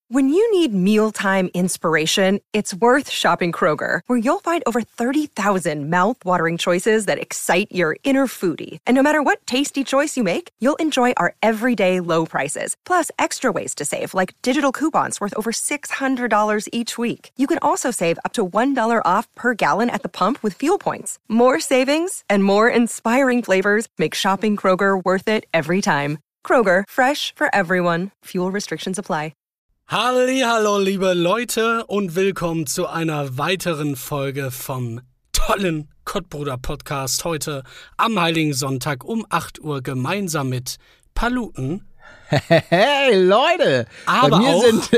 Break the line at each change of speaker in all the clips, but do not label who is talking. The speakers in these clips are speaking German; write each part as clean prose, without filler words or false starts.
When you need mealtime inspiration, it's worth shopping Kroger, where you'll find over 30,000 mouth-watering choices that excite your inner foodie. And no matter what tasty choice you make, you'll enjoy our everyday low prices, plus extra ways to save, like digital coupons worth over $600 each week. You can also save up to $1 off per gallon at the pump with fuel points. More savings and more inspiring flavors make shopping Kroger worth it every time. Kroger, fresh for everyone. Fuel restrictions apply.
Hallihallo, liebe Leute, und willkommen zu einer weiteren Folge vom tollen Kottbruder-Podcast. Heute am Heiligen Sonntag um 8 Uhr gemeinsam mit Paluten.
Hey Leute!
Aber
bei mir
auch
sind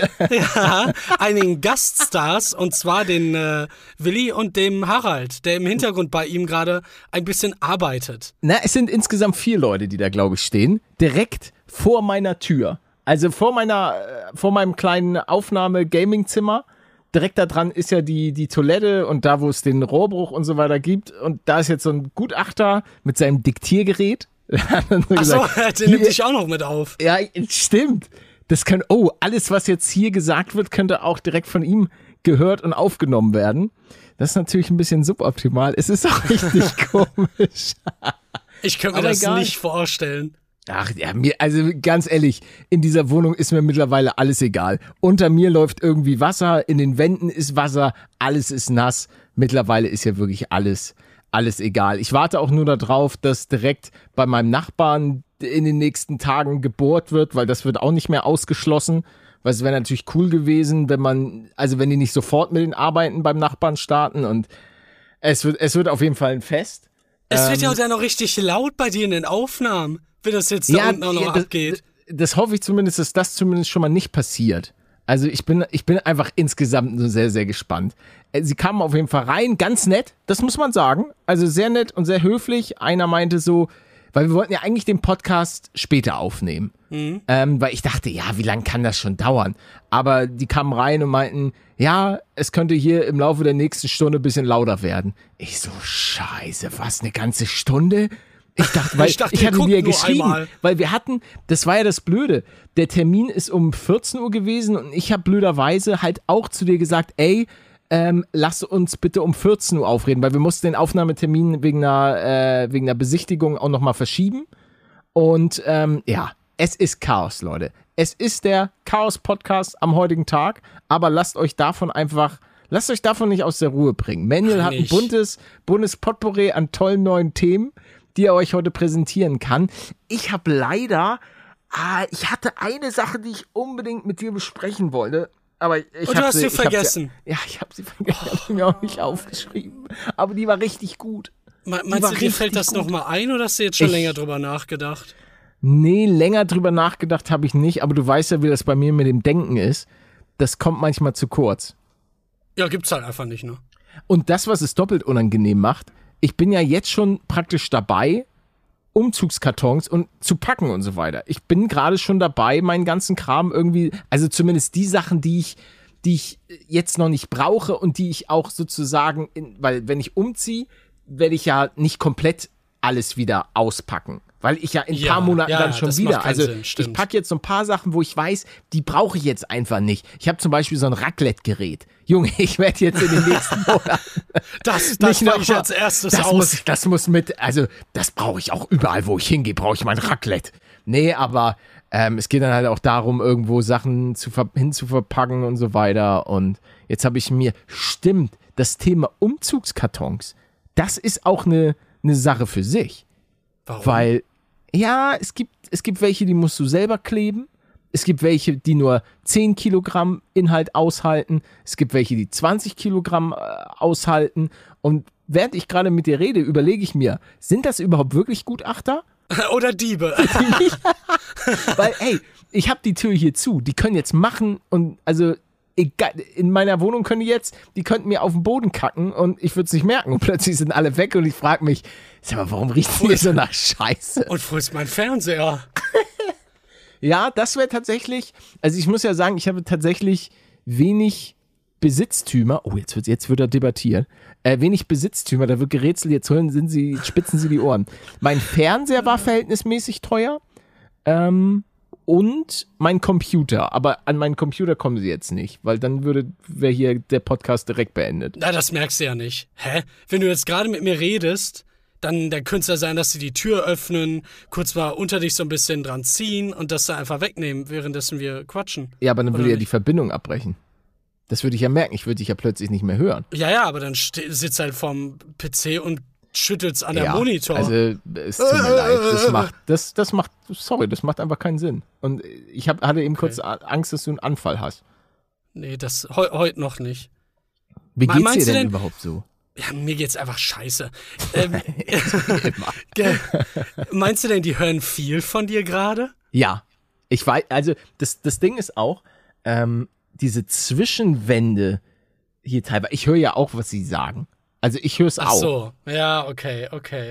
einigen Gaststars, und zwar den Willi und dem Harald, der im Hintergrund bei ihm gerade ein bisschen arbeitet.
es sind insgesamt 4 Leute, die da, glaube ich, stehen. Direkt vor meiner Tür. Also vor meinem kleinen Aufnahme-Gaming-Zimmer. Direkt da dran ist ja die Toilette und da, wo es den Rohrbruch und so weiter gibt. Und da ist jetzt so ein Gutachter mit seinem Diktiergerät.
Achso, der nimmt dich auch noch mit auf.
Ja, stimmt. Alles, was jetzt hier gesagt wird, könnte auch direkt von ihm gehört und aufgenommen werden. Das ist natürlich ein bisschen suboptimal. Es ist auch richtig komisch.
Ich könnte mir das nicht vorstellen.
Ach ja, also ganz ehrlich, in dieser Wohnung ist mir mittlerweile alles egal. Unter mir läuft irgendwie Wasser, in den Wänden ist Wasser, alles ist nass. Mittlerweile ist ja wirklich alles egal. Ich warte auch nur darauf, dass direkt bei meinem Nachbarn in den nächsten Tagen gebohrt wird, weil das wird auch nicht mehr ausgeschlossen. Weil es wäre natürlich cool gewesen, wenn die nicht sofort mit den Arbeiten beim Nachbarn starten, und es wird auf jeden Fall ein Fest.
Es wird ja auch dann noch richtig laut bei dir in den Aufnahmen, wenn das jetzt da unten auch noch abgeht.
Das hoffe ich zumindest, dass das zumindest schon mal nicht passiert. Also ich bin einfach insgesamt nur sehr, sehr gespannt. Sie kamen auf jeden Fall rein, ganz nett, das muss man sagen. Also sehr nett und sehr höflich. Einer meinte so, weil wir wollten ja eigentlich den Podcast später aufnehmen. Weil ich dachte, ja, wie lange kann das schon dauern? Aber die kamen rein und meinten, ja, es könnte hier im Laufe der nächsten Stunde ein bisschen lauter werden. Ich so, scheiße, was, eine ganze Stunde? Ich dachte, ich hatte dir geschrieben, weil das war ja das Blöde, der Termin ist um 14 Uhr gewesen und ich habe blöderweise halt auch zu dir gesagt, lass uns bitte um 14 Uhr aufreden, weil wir mussten den Aufnahmetermin wegen einer Besichtigung auch nochmal verschieben. Und es ist Chaos, Leute. Es ist der Chaos-Podcast am heutigen Tag, aber lasst euch davon nicht aus der Ruhe bringen. Manuel hat ein buntes Potpourri an tollen neuen Themen, die er euch heute präsentieren kann. Ich habe leider, ich hatte eine Sache, die ich unbedingt mit dir besprechen wollte, aber
du hast sie vergessen.
Ich habe sie vergessen, ich habe sie mir auch nicht aufgeschrieben, aber die war richtig gut.
Meinst du, dir fällt das nochmal ein, oder hast du jetzt schon länger drüber nachgedacht?
Nee, länger drüber nachgedacht habe ich nicht, aber du weißt ja, wie das bei mir mit dem Denken ist. Das kommt manchmal zu kurz.
Ja, gibt's halt einfach nicht, ne?
Und das, was es doppelt unangenehm macht, ich bin ja jetzt schon praktisch dabei, Umzugskartons und zu packen und so weiter. Ich bin gerade schon dabei, meinen ganzen Kram irgendwie, also zumindest die Sachen, die ich jetzt noch nicht brauche und die ich auch sozusagen, weil wenn ich umziehe, werde ich ja nicht komplett alles wieder auspacken. Weil ich ja in ein paar Monaten dann schon wieder, also Sinn, ich packe jetzt so ein paar Sachen, wo ich weiß, die brauche ich jetzt einfach nicht. Ich habe zum Beispiel so ein Raclette-Gerät. Junge, ich werde jetzt in den nächsten Monaten
das mache ich als erstes aus.
Das muss mit, also das brauche ich auch überall, wo ich hingehe, brauche ich mein Raclette. Nee, aber es geht dann halt auch darum, irgendwo Sachen hinzuverpacken und so weiter. Und jetzt habe ich mir, stimmt, das Thema Umzugskartons, das ist auch eine Sache für sich.
Warum?
Weil, ja, es gibt welche, die musst du selber kleben. Es gibt welche, die nur 10 Kilogramm Inhalt aushalten. Es gibt welche, die 20 Kilogramm aushalten. Und während ich gerade mit dir rede, überlege ich mir, sind das überhaupt wirklich Gutachter?
Oder Diebe.
Weil, hey, ich habe die Tür hier zu. Die können jetzt machen und, also, egal, in meiner Wohnung können die könnten mir auf den Boden kacken und ich würde es nicht merken. Und plötzlich sind alle weg und ich frage mich, sag mal, warum riecht es hier so nach Scheiße?
Und wo ist mein Fernseher?
Ja, das wäre tatsächlich, also ich muss ja sagen, ich habe tatsächlich wenig Besitztümer, jetzt wird er debattiert, wenig Besitztümer, da wird gerätselt, jetzt spitzen sie die Ohren. Mein Fernseher war verhältnismäßig teuer, und mein Computer. Aber an meinen Computer kommen sie jetzt nicht, weil dann wäre hier der Podcast direkt beendet.
Na, das merkst du ja nicht. Hä? Wenn du jetzt gerade mit mir redest, dann könnte es ja sein, dass sie die Tür öffnen, kurz mal unter dich so ein bisschen dran ziehen und das da einfach wegnehmen, währenddessen wir quatschen.
Ja, aber dann würde
Oder
ja
nicht?
die Verbindung abbrechen. Das würde ich ja merken. Ich würde dich ja plötzlich nicht mehr hören.
Ja, aber dann sitzt halt vorm PC und schüttelt's an der Monitor.
Also, es tut mir leid. Das macht einfach keinen Sinn. Und ich hatte eben kurz Angst, dass du einen Anfall hast.
Nee, das heute noch nicht.
Wie geht's
Meinst
dir
du
denn
denn-
überhaupt so?
Ja, mir geht's einfach scheiße. Meinst du denn, die hören viel von dir gerade?
Ja. Ich weiß, also, das Ding ist auch, diese Zwischenwände hier teilweise, ich höre ja auch, was sie sagen. Also, ich höre es
Ach
auch.
so, ja, okay.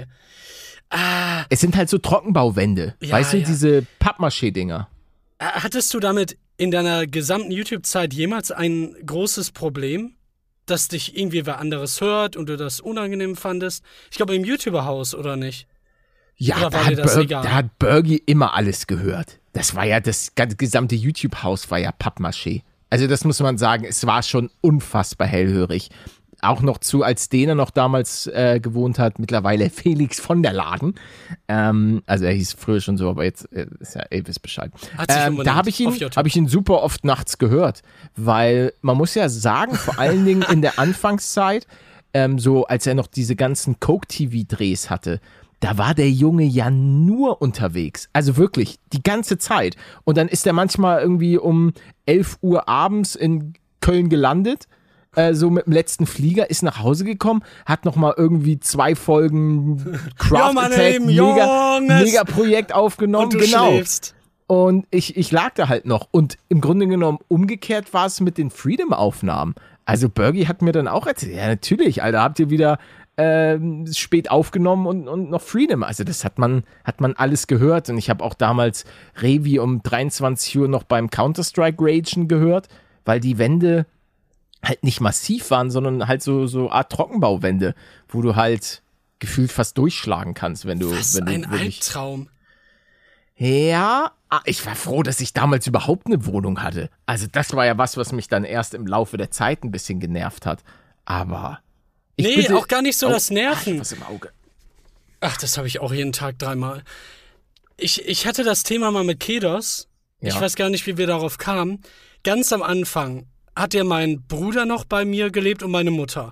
Es sind halt so Trockenbauwände.
Ja,
weißt du,
ja.
diese Pappmaché-Dinger.
Hattest du damit in deiner gesamten YouTube-Zeit jemals ein großes Problem, dass dich irgendwie wer anderes hört und du das unangenehm fandest? Ich glaube im YouTuber-Haus, oder nicht?
Ja,
Oder war dir das egal?
da hat Bergie immer alles gehört. Das war ja, das gesamte YouTube-Haus war ja Pappmaché. Also das muss man sagen, es war schon unfassbar hellhörig. Auch noch als Dena noch damals gewohnt hat, mittlerweile Felix von der Laden. Also er hieß früher schon so, aber jetzt ist ja Elvis Bescheid.
Hat sich umbenannt
Da habe ich
auf YouTube.
hab ich ihn super oft nachts gehört, weil man muss ja sagen, vor allen Dingen in der Anfangszeit, so als er noch diese ganzen Coke-TV-Drehs hatte, da war der Junge ja nur unterwegs. Also wirklich, die ganze Zeit. Und dann ist er manchmal irgendwie um 11 Uhr abends in Köln gelandet, so mit dem letzten Flieger, ist nach Hause gekommen, hat nochmal irgendwie 2 Folgen Craft
Ja, meine
Attack
Lieben, Junges!
Mega-Projekt aufgenommen.
Und du
Genau.
schläfst.
Und ich lag da halt noch. Und im Grunde genommen umgekehrt war es mit den Freedom-Aufnahmen. Also Bergie hat mir dann auch erzählt, ja natürlich, Alter, habt ihr wieder spät aufgenommen und noch Freedom. Also das hat man alles gehört. Und ich habe auch damals Revi um 23 Uhr noch beim Counter-Strike Ragen gehört, weil die Wände halt nicht massiv waren, sondern halt so Art Trockenbauwände, wo du halt gefühlt fast durchschlagen kannst, wenn du
Was
wenn
ein
du wirklich.
Albtraum.
Ja, ich war froh, dass ich damals überhaupt eine Wohnung hatte. Also das war ja was mich dann erst im Laufe der Zeit ein bisschen genervt hat. Aber
Nee, auch gar nicht so das
Ich
Nerven.
hab was im Auge.
Ach, das habe ich auch jeden Tag 3-mal. Ich hatte das Thema mal mit Kedos. Ich
Ja.
weiß gar nicht, wie wir darauf kamen. Ganz am Anfang hat ja mein Bruder noch bei mir gelebt und meine Mutter.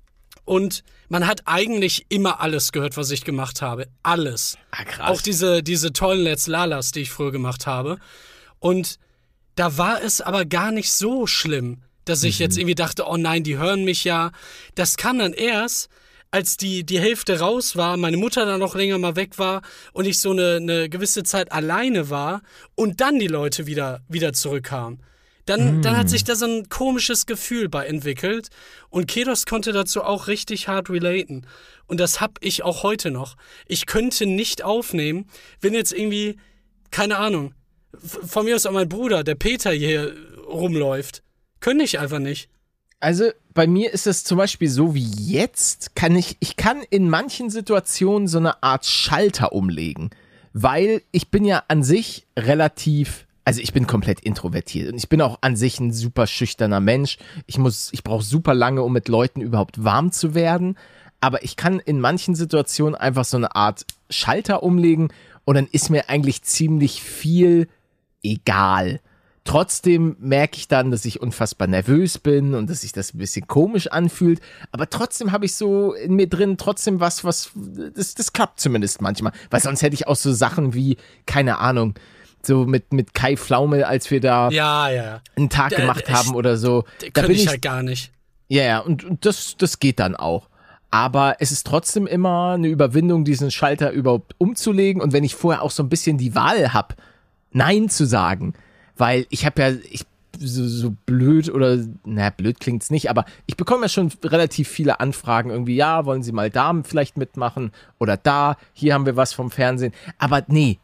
Und man hat eigentlich immer alles gehört, was ich gemacht habe. Alles.
Ah, krass.
Auch diese tollen Let's Lalas, die ich früher gemacht habe. Und da war es aber gar nicht so schlimm, dass ich jetzt irgendwie dachte, oh nein, die hören mich ja. Das kam dann erst, als die Hälfte raus war, meine Mutter dann noch länger mal weg war und ich so eine gewisse Zeit alleine war und dann die Leute wieder zurückkamen. Dann hat sich da so ein komisches Gefühl bei entwickelt und Kedos konnte dazu auch richtig hart relaten. Und das hab ich auch heute noch. Ich könnte nicht aufnehmen, wenn jetzt irgendwie, keine Ahnung, von mir aus auch mein Bruder, der Peter hier rumläuft. Könnte ich einfach nicht.
Also bei mir ist es zum Beispiel so wie jetzt, ich kann in manchen Situationen so eine Art Schalter umlegen, weil ich bin ja an sich relativ, also ich bin komplett introvertiert und ich bin auch an sich ein super schüchterner Mensch. Ich brauche super lange, um mit Leuten überhaupt warm zu werden, aber ich kann in manchen Situationen einfach so eine Art Schalter umlegen und dann ist mir eigentlich ziemlich viel egal. Trotzdem merke ich dann, dass ich unfassbar nervös bin und dass sich das ein bisschen komisch anfühlt. Aber trotzdem habe ich so in mir drin trotzdem das klappt zumindest manchmal. Weil sonst hätte ich auch so Sachen wie, keine Ahnung, so mit Kai Pflaume, als wir da
Ja.
einen Tag gemacht haben oder so. Da
Könnte
bin
ich
ich
halt gar nicht.
ja, und das geht dann auch. Aber es ist trotzdem immer eine Überwindung, diesen Schalter überhaupt umzulegen. Und wenn ich vorher auch so ein bisschen die Wahl habe, Nein zu sagen, weil ich habe ja, so blöd oder, blöd klingt's nicht, aber ich bekomme ja schon relativ viele Anfragen irgendwie, ja, wollen Sie mal da vielleicht mitmachen oder da, hier haben wir was vom Fernsehen, aber nee,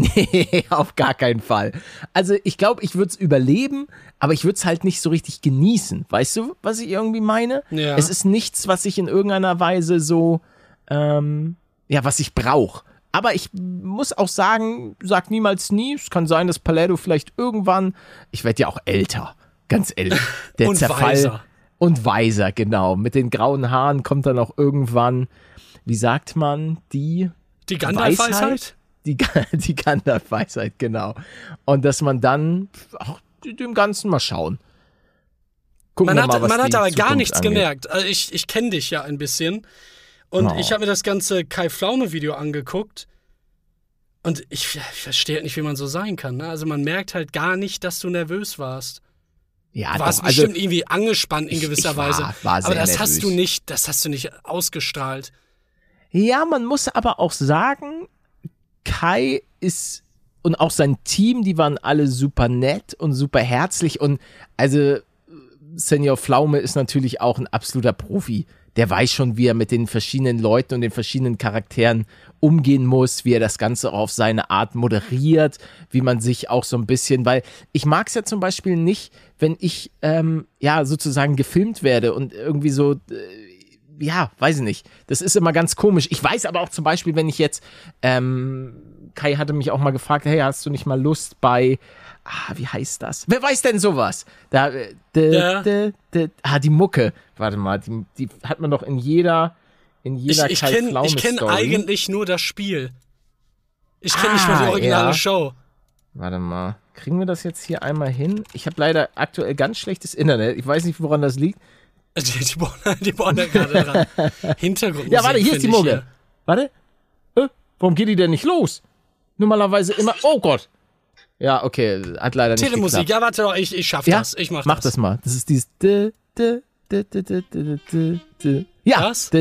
auf gar keinen Fall. Also ich glaube, ich würde es überleben, aber ich würde es halt nicht so richtig genießen, weißt du, was ich irgendwie meine?
Ja.
Es ist nichts, was ich in irgendeiner Weise so, was ich brauche. Aber ich muss auch sagen, sag niemals nie. Es kann sein, dass Palermo vielleicht irgendwann, ich werde ja auch älter, ganz ehrlich. Der
und
Zerfall
weiser.
und weiser, genau. Mit den grauen Haaren kommt dann auch irgendwann, wie sagt man, die
Gandalf-Weisheit?
Die Gandalf-Weisheit, genau. Und dass man dann auch dem Ganzen mal schauen. Gucken wir mal, was
man hat
die
aber gar
Zukunft
nichts
angeht.
gemerkt. Also ich kenne dich ja ein bisschen. Und ich habe mir das ganze Kai-Pflaume-Video angeguckt. Und ich verstehe halt nicht, wie man so sein kann. Ne? Also man merkt halt gar nicht, dass du nervös warst.
Ja,
Du warst
doch, also
bestimmt irgendwie angespannt in gewisser Weise.
war sehr
aber das
nervös.
das hast du nicht ausgestrahlt.
Ja, man muss aber auch sagen, Kai ist und auch sein Team, die waren alle super nett und super herzlich und also Senior Pflaume ist natürlich auch ein absoluter Profi. Der weiß schon, wie er mit den verschiedenen Leuten und den verschiedenen Charakteren umgehen muss, wie er das Ganze auch auf seine Art moderiert, wie man sich auch so ein bisschen, weil ich mag es ja zum Beispiel nicht, wenn ich sozusagen gefilmt werde und irgendwie so weiß ich nicht. Das ist immer ganz komisch. Ich weiß aber auch zum Beispiel, wenn ich jetzt, Kai hatte mich auch mal gefragt, hey, hast du nicht mal Lust bei, wie heißt das? Wer weiß denn sowas? Die Mucke. Warte mal, die hat man doch in jeder
Ich kenn eigentlich nur das Spiel. Ich kenne nicht mal die originale Show.
Warte mal, kriegen wir das jetzt hier einmal hin? Ich habe leider aktuell ganz schlechtes Internet. Ich weiß nicht, woran das liegt.
Die bohren da gerade dran. Hintergrundmusik.
Ja, warte, hier ist die Mucke. Warte. Warum geht die denn nicht los? Normalerweise immer. Oh Gott. Ja, okay, hat leider nicht
Telemusik,
geklappt.
ja, warte doch, ich schaff das. Ich mach
das mal. Das ist dieses. Ja.
Was?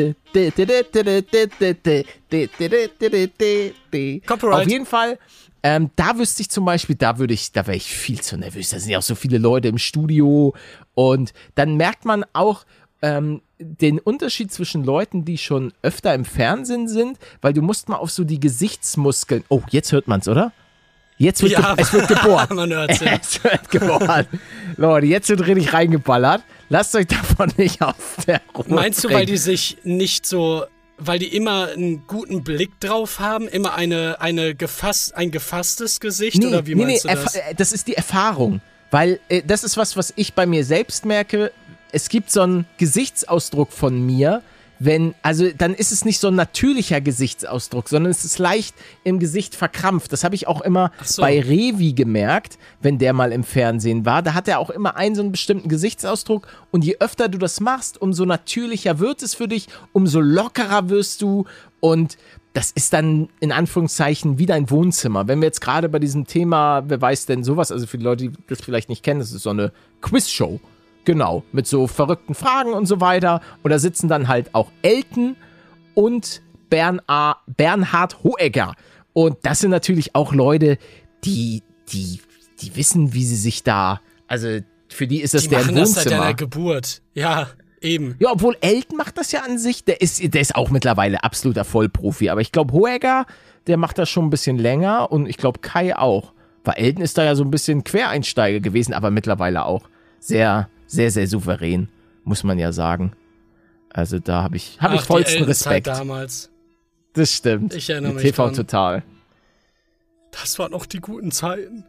Copyright. Auf jeden Fall. Da wüsste ich zum Beispiel, da wäre ich viel zu nervös. Da sind ja auch so viele Leute im Studio. Und dann merkt man auch den Unterschied zwischen Leuten, die schon öfter im Fernsehen sind, weil du musst mal auf so die Gesichtsmuskeln. Oh, jetzt hört man's, oder? Jetzt wird es wird gebohrt.
Man hört's, ja.
Es wird gebohrt. Leute, jetzt wird richtig reingeballert. Lasst euch davon nicht auf der Ruhe
Meinst du,
bringen.
weil die sich nicht so, weil die immer einen guten Blick drauf haben, immer ein gefasstes Gesicht, oder wie meinst du das?
Das ist die Erfahrung, weil das ist was ich bei mir selbst merke. Es gibt so einen Gesichtsausdruck von mir, dann ist es nicht so ein natürlicher Gesichtsausdruck, sondern es ist leicht im Gesicht verkrampft. Das habe ich auch immer bei Revi gemerkt, wenn der mal im Fernsehen war. Da hat er auch immer so einen bestimmten Gesichtsausdruck und je öfter du das machst, umso natürlicher wird es für dich, umso lockerer wirst du und das ist dann in Anführungszeichen wie dein Wohnzimmer. Wenn wir jetzt gerade bei diesem Thema, wer weiß denn sowas, also für die Leute, die das vielleicht nicht kennen, das ist so eine Quizshow. Genau, mit so verrückten Fragen und so weiter. Und da sitzen dann halt auch Elton und Bernhard Hoegger. Und das sind natürlich auch Leute, die wissen, wie sie sich da, also für die ist das deren Wohnzimmer. Die machen das seit deiner
Geburt, ja, eben.
Ja, obwohl Elton macht das ja an sich, der ist auch mittlerweile absoluter Vollprofi. Aber ich glaube, Hoegger, der macht das schon ein bisschen länger und ich glaube Kai auch. Weil Elton ist da ja so ein bisschen Quereinsteiger gewesen, aber mittlerweile auch sehr, sehr, sehr souverän, muss man ja sagen. Also da habe ich vollsten Respekt.
Damals.
Das stimmt.
Ich erinnere mich
TV
dran.
Total.
Das waren noch die guten Zeiten.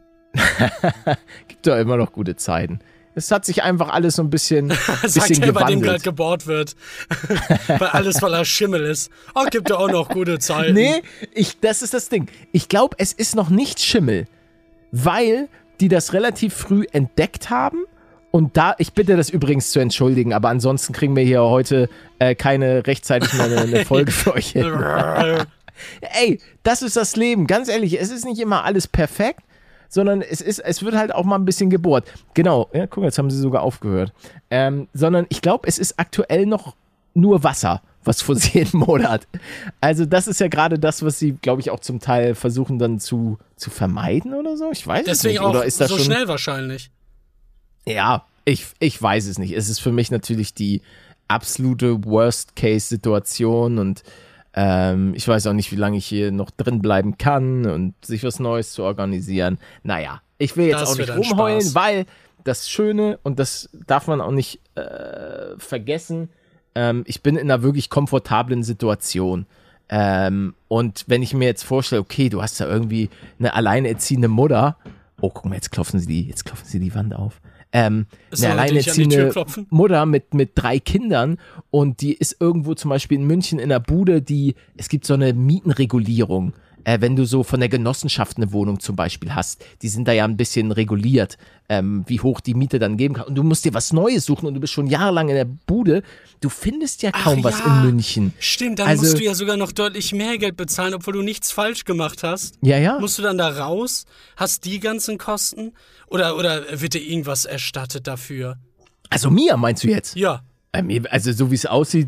Gibt ja immer noch gute Zeiten. Es hat sich einfach alles so ein bisschen,
Sagt er,
gewandelt.
bei dem gerade gebohrt wird. Weil alles voller Schimmel ist. Oh, gibt ja auch noch gute Zeiten.
Nee, das ist das Ding. Ich glaube, es ist noch nicht Schimmel, weil die das relativ früh entdeckt haben. Und ich bitte das übrigens zu entschuldigen, aber ansonsten kriegen wir hier heute keine rechtzeitig mehr eine Folge für euch hin. Ey, das ist das Leben. Ganz ehrlich, es ist nicht immer alles perfekt, sondern es wird halt auch mal ein bisschen gebohrt. Genau, ja, guck, jetzt haben sie sogar aufgehört. Sondern ich glaube, es ist aktuell noch nur Wasser, was vor sie jeden Monat. Also das ist ja gerade das, was sie, glaube ich, auch zum Teil versuchen dann zu vermeiden oder so. Ich weiß es nicht.
Deswegen auch
oder ist das
so
schon
schnell wahrscheinlich.
Ja, ich weiß es nicht. Es ist für mich natürlich die absolute Worst-Case-Situation und ich weiß auch nicht, wie lange ich hier noch drin bleiben kann und sich was Neues zu organisieren. Naja, ich will jetzt auch nicht rumheulen, weil das Schöne, und das darf man auch nicht vergessen, ich bin in einer wirklich komfortablen Situation. Und wenn ich mir jetzt vorstelle, okay, du hast da irgendwie eine alleinerziehende Mutter, oh, guck mal, jetzt klopfen sie die Wand auf. Eine alleinerziehende Mutter mit 3 Kindern und die ist irgendwo zum Beispiel in München in der Bude, es gibt so eine Mietenregulierung. Wenn du so von der Genossenschaft eine Wohnung zum Beispiel hast, die sind da ja ein bisschen reguliert, wie hoch die Miete dann geben kann. Und du musst dir was Neues suchen und du bist schon jahrelang in der Bude. Du findest ja kaum was in München.
Stimmt, dann musst du ja sogar noch deutlich mehr Geld bezahlen, obwohl du nichts falsch gemacht hast.
Ja.
Musst du dann da raus, hast die ganzen Kosten oder wird dir irgendwas erstattet dafür?
Also mir, meinst du jetzt?
Ja.
Also so wie es aussieht,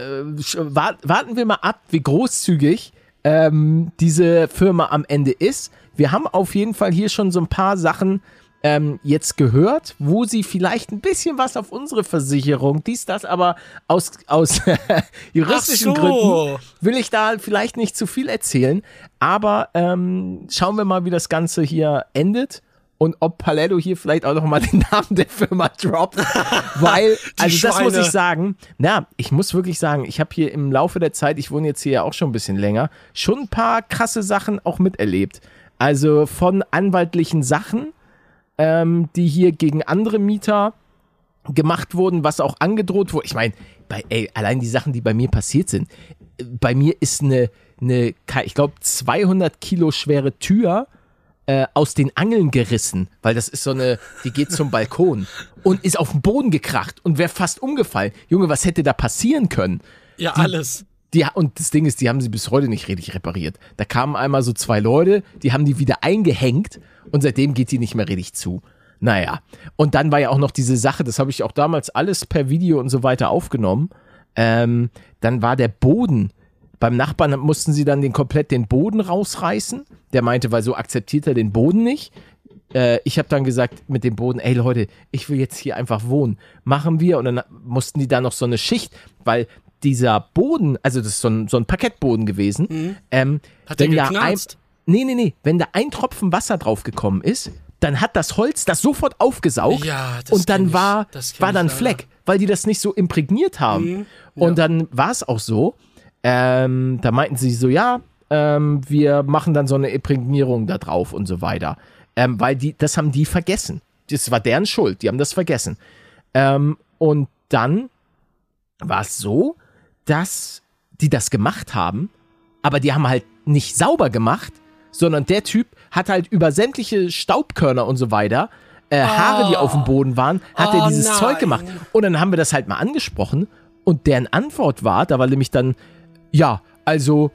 warten wir mal ab, wie großzügig diese Firma am Ende ist. Wir haben auf jeden Fall hier schon so ein paar Sachen jetzt gehört, wo sie vielleicht ein bisschen was auf unsere Versicherung, das, aber aus juristischen Gründen will ich da vielleicht nicht zu viel erzählen, aber schauen wir mal, wie das Ganze hier endet. Und ob Paletto hier vielleicht auch noch mal den Namen der Firma droppt, weil, also das muss ich sagen, ich muss wirklich sagen, ich habe hier im Laufe der Zeit, ich wohne jetzt hier ja auch schon ein bisschen länger, schon ein paar krasse Sachen auch miterlebt. Also von anwaltlichen Sachen, die hier gegen andere Mieter gemacht wurden, was auch angedroht wurde. Ich meine, allein die Sachen, die bei mir passiert sind. Bei mir ist eine ich glaube, 200 Kilo schwere Tür aus den Angeln gerissen, weil das ist so eine, die geht zum Balkon und ist auf den Boden gekracht und wäre fast umgefallen. Junge, was hätte da passieren können?
Ja, alles.
Und das Ding ist, die haben sie bis heute nicht richtig repariert. Da kamen einmal so 2 Leute, die haben die wieder eingehängt und seitdem geht die nicht mehr richtig zu. Naja, und dann war ja auch noch diese Sache, das habe ich auch damals alles per Video und so weiter aufgenommen, dann war der Boden, beim Nachbarn mussten sie dann komplett den Boden rausreißen. Der meinte, weil so akzeptiert er den Boden nicht. Ich habe dann gesagt mit dem Boden, ey Leute, ich will jetzt hier einfach wohnen. Machen wir. Und dann mussten die da noch so eine Schicht, weil dieser Boden, also das ist so ein Parkettboden gewesen.
Hat der geknarzt?
Nee. Wenn da ein Tropfen Wasser drauf gekommen ist, dann hat das Holz das sofort aufgesaugt und dann war dann Fleck, weil die das nicht so imprägniert haben. Und dann war es auch so, da meinten sie so, wir machen dann so eine Imprägnierung da drauf und so weiter. Weil das haben die vergessen. Das war deren Schuld, die haben das vergessen. Und dann war es so, dass die das gemacht haben, aber die haben halt nicht sauber gemacht, sondern der Typ hat halt über sämtliche Staubkörner und so weiter, Haare, die auf dem Boden waren, hat er dieses Zeug gemacht. Und dann haben wir das halt mal angesprochen und deren Antwort war, da war nämlich dann, also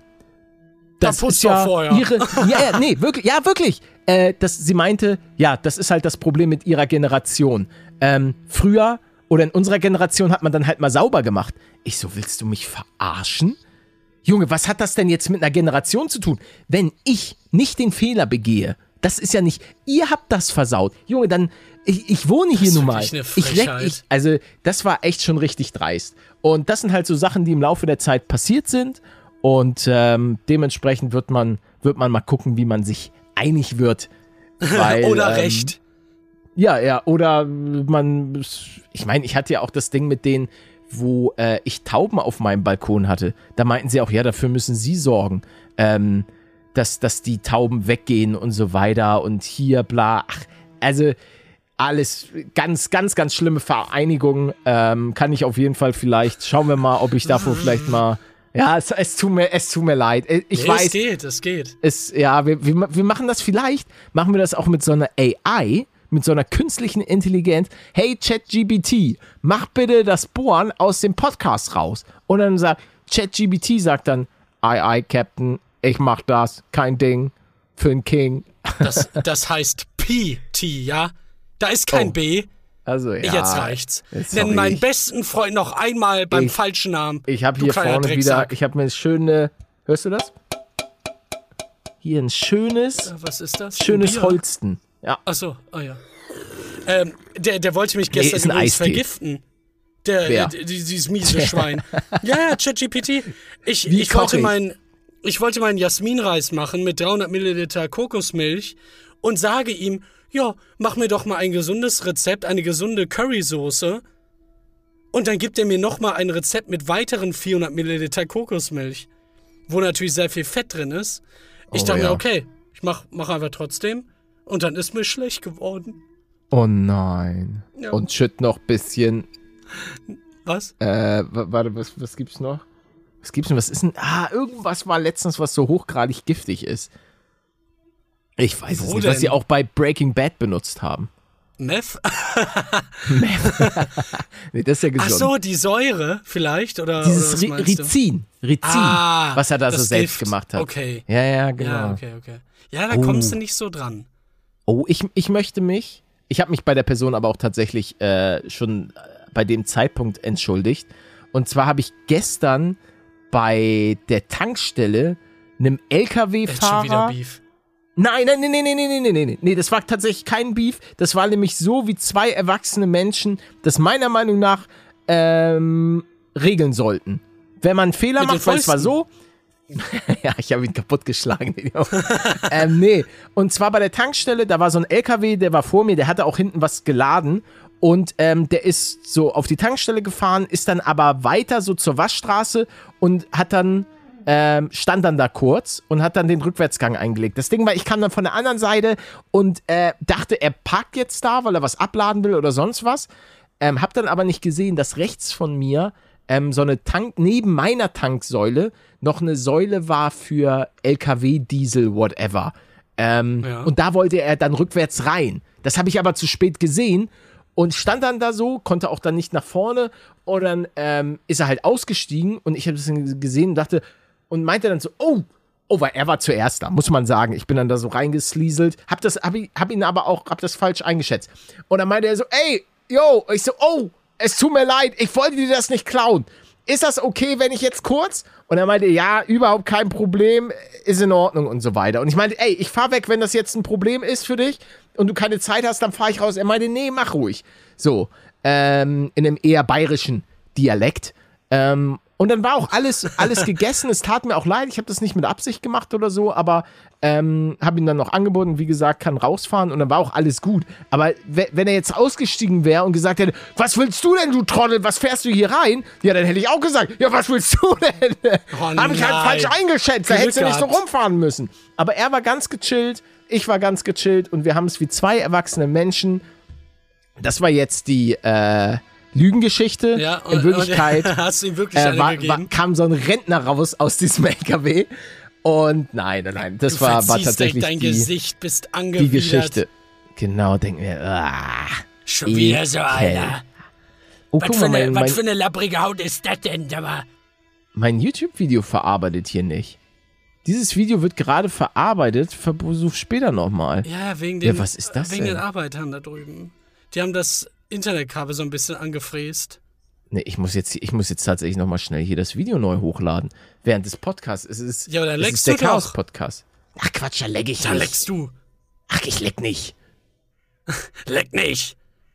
das ist ja ihre, wirklich. Sie meinte, das ist halt das Problem mit ihrer Generation. Früher oder in unserer Generation hat man dann halt mal sauber gemacht. Ich so, willst du mich verarschen? Junge, was hat das denn jetzt mit einer Generation zu tun? Wenn ich nicht den Fehler begehe, das ist ja nicht, ihr habt das versaut. Junge, dann, ich wohne hier nun mal. Also, das war echt schon richtig dreist. Und das sind halt so Sachen, die im Laufe der Zeit passiert sind. Und dementsprechend wird man mal gucken, wie man sich einig wird. Weil,
oder recht.
Ja, oder ich meine, ich hatte ja auch das Ding mit denen, wo ich Tauben auf meinem Balkon hatte. Da meinten sie auch, dafür müssen sie sorgen, dass die Tauben weggehen und so weiter und hier, bla. Ach, also alles ganz, ganz, ganz schlimme Vereinigungen. Kann ich auf jeden Fall schauen wir mal, ob ich davor vielleicht mal. Ja, es tut mir leid. Ich weiß.
Es geht.
Wir machen das vielleicht, machen wir das auch mit so einer AI, mit so einer künstlichen Intelligenz. Hey, ChatGPT, mach bitte das Bohren aus dem Podcast raus. Und dann sagt ChatGPT dann, Aye, Captain, ich mach das, kein Ding, für den King.
Das heißt PT, ja? Da ist kein B.
Also, ja.
Jetzt reicht's. Nenn meinen besten Freund noch einmal beim falschen Namen.
Ich habe hier vorne
Drecksack.
ich habe mir hörst du das? Hier ein schönes,
was ist das?
Schönes Holsten. Ja.
Achso, ja. Der wollte mich gestern übrigens vergiften. Dieses miese Schwein. Ja, ChatGPT. Ich wollte meinen Jasminreis machen mit 300 Milliliter Kokosmilch und sage ihm, mach mir doch mal ein gesundes Rezept, eine gesunde Currysoße. Und dann gibt er mir nochmal ein Rezept mit weiteren 400 Milliliter Kokosmilch. wo natürlich sehr viel Fett drin ist. Ich dachte mir, okay, ich mach einfach trotzdem. Und dann ist mir schlecht geworden.
Oh nein.
Ja.
Und schütt noch ein bisschen.
Was?
Warte, was gibt's noch? Was gibt's denn? Was ist denn? Irgendwas war letztens, was so hochgradig giftig ist. Ich weiß es nicht, was sie auch bei Breaking Bad benutzt haben.
Meth?
Nee, das ist ja gesund.
Ach so, die Säure vielleicht? Oder,
Dieses
oder was meinst du?
Rizin, was er da so
das
selbst
Gift.
gemacht hat.
Okay.
Ja, genau.
Ja, okay. Ja, da kommst du nicht so dran.
Oh, ich habe mich bei der Person aber auch tatsächlich schon bei dem Zeitpunkt entschuldigt. Und zwar habe ich gestern bei der Tankstelle einem LKW-Fahrer...
Schon wieder Beef.
Nein. Nee, das war tatsächlich kein Beef. Das war nämlich so, wie zwei erwachsene Menschen das meiner Meinung nach regeln sollten. Wenn man einen Fehler macht, weil es war so... Ja, ich habe ihn kaputtgeschlagen. Nee, und zwar bei der Tankstelle, da war so ein LKW, der war vor mir, der hatte auch hinten was geladen und der ist so auf die Tankstelle gefahren, ist dann aber weiter so zur Waschstraße und hat dann, stand dann da kurz und hat dann den Rückwärtsgang eingelegt. Das Ding war, ich kam dann von der anderen Seite und dachte, er parkt jetzt da, weil er was abladen will oder sonst was. Hab dann aber nicht gesehen, dass rechts von mir so eine neben meiner Tanksäule noch eine Säule war für LKW, Diesel, whatever. Und da wollte er dann rückwärts rein. Das habe ich aber zu spät gesehen und stand dann da so, konnte auch dann nicht nach vorne und dann ist er halt ausgestiegen und ich habe das gesehen und dachte und meinte dann so, oh, weil er war zuerst da, muss man sagen. Ich bin dann da so reingeslieselt, hab ihn aber auch, hab das falsch eingeschätzt. Und dann meinte er so, ey, yo, ich so, oh, es tut mir leid, ich wollte dir das nicht klauen. Ist das okay, wenn ich jetzt kurz? Und er meinte, ja, überhaupt kein Problem, ist in Ordnung und so weiter. Und ich meinte, ey, ich fahr weg, wenn das jetzt ein Problem ist für dich und du keine Zeit hast, dann fahr ich raus. Er meinte, nee, mach ruhig. So, in einem eher bayerischen Dialekt. Und dann war auch alles gegessen. Es tat mir auch leid. Ich habe das nicht mit Absicht gemacht oder so, aber habe ihn dann noch angeboten. Wie gesagt, kann rausfahren und dann war auch alles gut. Aber wenn er jetzt ausgestiegen wäre und gesagt hätte, was willst du denn, du Trottel? Was fährst du hier rein? Ja, dann hätte ich auch gesagt, ja, was willst du denn? Habe ich halt falsch eingeschätzt. Da hättest du nicht so rumfahren müssen. Aber er war ganz gechillt, ich war ganz gechillt und wir haben es wie zwei erwachsene Menschen. Das war jetzt die Lügengeschichte.
Ja,
in Wirklichkeit
hast du ihm wirklich eine gegeben?
kam so ein Rentner raus aus diesem LKW und nein, das war tatsächlich
dein Gesicht, bist angewidert.
Die Geschichte. Genau, denken wir,
schon wieder so einer.
Oh,
was für eine lapprige Haut ist das denn?
Mein YouTube-Video verarbeitet hier nicht. Dieses Video wird gerade verarbeitet, versuch später nochmal.
Ja, wegen den
Arbeitern
da drüben. Die haben das Internetkabel so ein bisschen angefräst.
Nee, ich muss jetzt tatsächlich nochmal schnell hier das Video neu hochladen. Während des Podcasts. Es ist
aber dann leckst
der
du doch.
Chaos-Podcast. Ach Quatsch, da leck ich nicht.
Da leckst du.
Ach, ich leck nicht.
Leck nicht.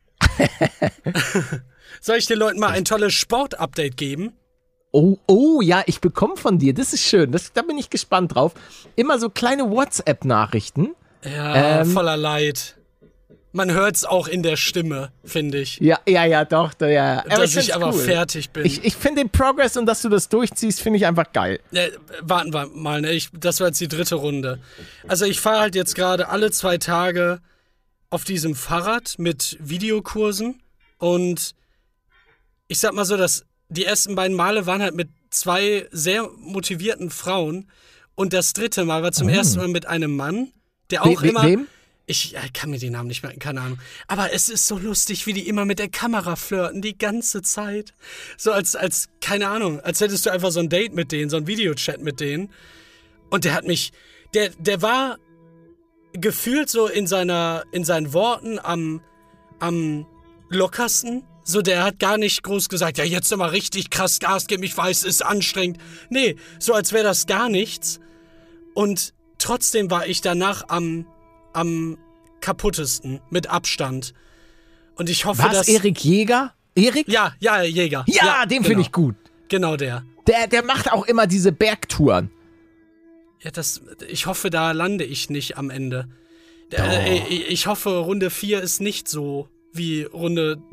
Soll ich den Leuten mal ein tolles Sport-Update geben?
Oh, ja, ich bekomme von dir. Das ist schön. Da bin ich gespannt drauf. Immer so kleine WhatsApp-Nachrichten.
Ja, voller Leid. Man hört es auch in der Stimme, finde ich.
Ja, doch. Ja.
Dass ich aber fertig bin.
Ich finde den Progress und dass du das durchziehst, finde ich einfach geil.
Warten wir mal, ne? Das war jetzt die 3. Runde. Also ich fahre halt jetzt gerade alle 2 Tage auf diesem Fahrrad mit Videokursen und ich sag mal so, dass die ersten beiden Male waren halt mit 2 sehr motivierten Frauen und das 3. Mal war zum ersten Mal mit einem Mann, der auch immer...
Wem?
Ich kann mir die Namen nicht merken, keine Ahnung. Aber es ist so lustig, wie die immer mit der Kamera flirten, die ganze Zeit. So als keine Ahnung, als hättest du einfach so ein Date mit denen, so ein Videochat mit denen. Und der hat mich, der war gefühlt so in seinen Worten am lockersten. So, der hat gar nicht groß gesagt, ja, jetzt nochmal richtig krass Gas geben, ich weiß, es ist anstrengend. Nee, so als wäre das gar nichts. Und trotzdem war ich danach am kaputtesten, mit Abstand. Und ich hoffe, dass...
Erik Jäger? Erik?
Ja, Jäger.
Ja, den finde ich gut.
Genau der.
Der macht auch immer diese Bergtouren.
Ja, ich hoffe, da lande ich nicht am Ende. Ich hoffe, Runde 4 ist nicht so wie Runde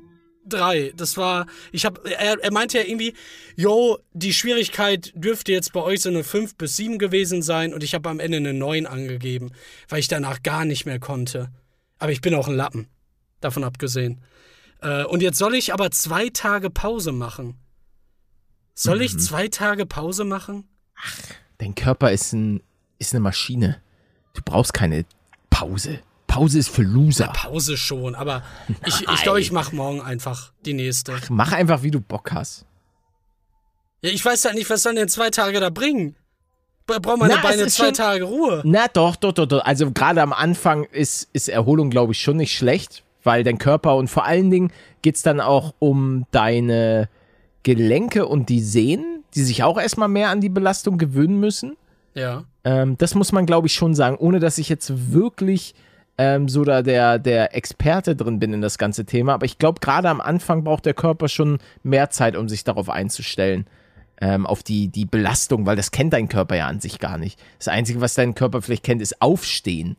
3. Das war, er meinte ja irgendwie, die Schwierigkeit dürfte jetzt bei euch so eine 5 bis 7 gewesen sein und ich habe am Ende eine 9 angegeben, weil ich danach gar nicht mehr konnte. Aber ich bin auch ein Lappen, davon abgesehen. Und jetzt soll ich aber 2 Tage Pause machen. Soll ich 2 Tage Pause machen?
Ach, dein Körper ist eine Maschine. Du brauchst keine Pause. Pause ist für Loser.
Ja, Pause schon, aber ich glaube, ich mache morgen einfach die nächste.
Ach, mach einfach, wie du Bock hast.
Ja, ich weiß ja nicht, was sollen denn 2 Tage da bringen? Braucht meine Beine 2 Tage Ruhe?
Na doch. Also gerade am Anfang ist Erholung, glaube ich, schon nicht schlecht, weil dein Körper und vor allen Dingen geht es dann auch um deine Gelenke und die Sehnen, die sich auch erstmal mehr an die Belastung gewöhnen müssen.
Ja.
Das muss man, glaube ich, schon sagen, ohne dass ich jetzt wirklich so da der Experte drin bin in das ganze Thema. Aber ich glaube, gerade am Anfang braucht der Körper schon mehr Zeit, um sich darauf einzustellen, auf die Belastung, weil das kennt dein Körper ja an sich gar nicht. Das Einzige, was dein Körper vielleicht kennt, ist Aufstehen.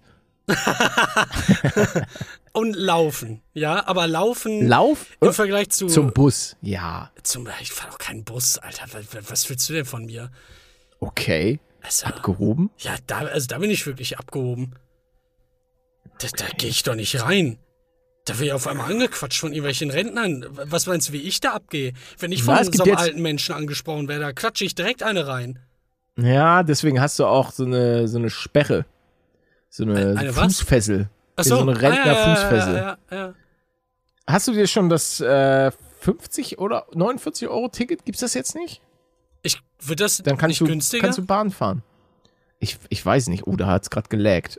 Und Laufen, ja, aber Laufen
Lauf
im Vergleich
zum Bus, ja.
Ich fahre doch keinen Bus, Alter. Was willst du denn von mir?
Okay.
Also,
abgehoben?
Ja, da bin ich wirklich abgehoben. Da gehe ich doch nicht rein. Da werde ich auf einmal angequatscht von irgendwelchen Rentnern. Was meinst du, wie ich da abgehe? Wenn ich von so einem alten Menschen angesprochen werde, da klatsche ich direkt eine rein.
Ja, deswegen hast du auch so eine Sperre. So eine Fußfessel.
Achso,
so eine Rentner-Fußfessel.
Ja.
Hast du dir schon das 50 oder 49 Euro Ticket, gibt's das jetzt nicht?
Wird das
dann
nicht günstiger?
Kannst du Bahn fahren. Ich weiß nicht. Oh, da hat's gerade gelaggt.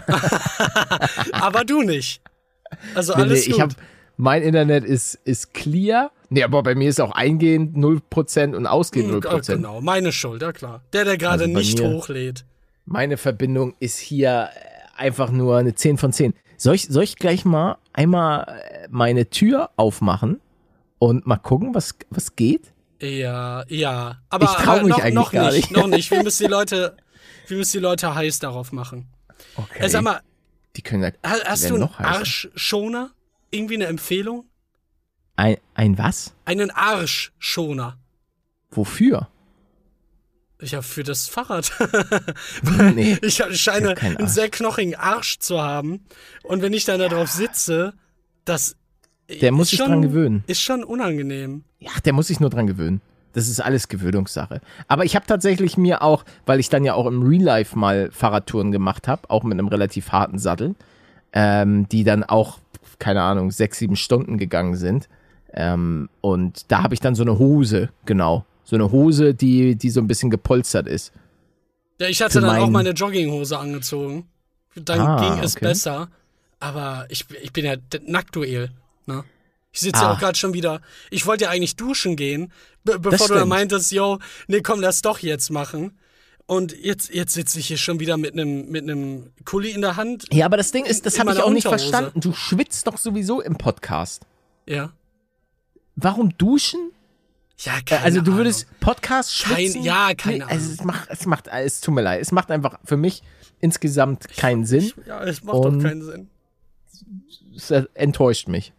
Aber du nicht. Also alles gut.
Mein Internet ist clear. Nee, aber bei mir ist auch eingehend 0% und ausgehend 0%.
Genau, meine Schuld, ja klar. Der gerade also nicht hochlädt.
Meine Verbindung ist hier einfach nur eine 10 von 10. Soll ich gleich mal einmal meine Tür aufmachen und mal gucken, was geht?
Ja. Aber
ich traue mich eigentlich
noch
gar nicht.
Noch nicht. Wir müssen die Leute heiß darauf machen.
Okay.
Sag mal,
die können ja,
hast du einen Arschschoner? Irgendwie eine Empfehlung?
Ein was?
Einen Arschschoner.
Wofür?
Ja, für das Fahrrad.
Nee,
ich scheine einen sehr knochigen Arsch zu haben. Und wenn ich dann da drauf sitze,
der muss sich dran gewöhnen.
Ist schon unangenehm.
Ja, der muss sich nur dran gewöhnen. Das ist alles Gewöhnungssache. Aber ich habe tatsächlich mir auch, weil ich dann ja auch im Real Life mal Fahrradtouren gemacht habe, auch mit einem relativ harten Sattel, die dann auch, keine Ahnung, 6-7 Stunden gegangen sind. Und da habe ich dann so eine Hose, genau. So eine Hose, die so ein bisschen gepolstert ist.
Ja, ich hatte dann auch meine Jogginghose angezogen. Dann ging es besser. Aber ich bin ja Nacktduell, ne? Ich sitze ja auch gerade schon wieder. Ich wollte ja eigentlich duschen gehen, bevor du dann meintest, nee, komm, lass doch jetzt machen. Und jetzt sitze ich hier schon wieder mit einem Kuli in der Hand.
Ja, aber das Ding ist, das habe ich auch nicht verstanden. Du schwitzt doch sowieso im Podcast.
Ja.
Warum duschen?
Ja, keine
Also du
Ahnung.
würdest Podcast schwitzen?
Keine Ahnung.
Also es tut mir leid. Es macht einfach für mich insgesamt keinen Sinn.
Es macht doch keinen Sinn.
Es enttäuscht mich.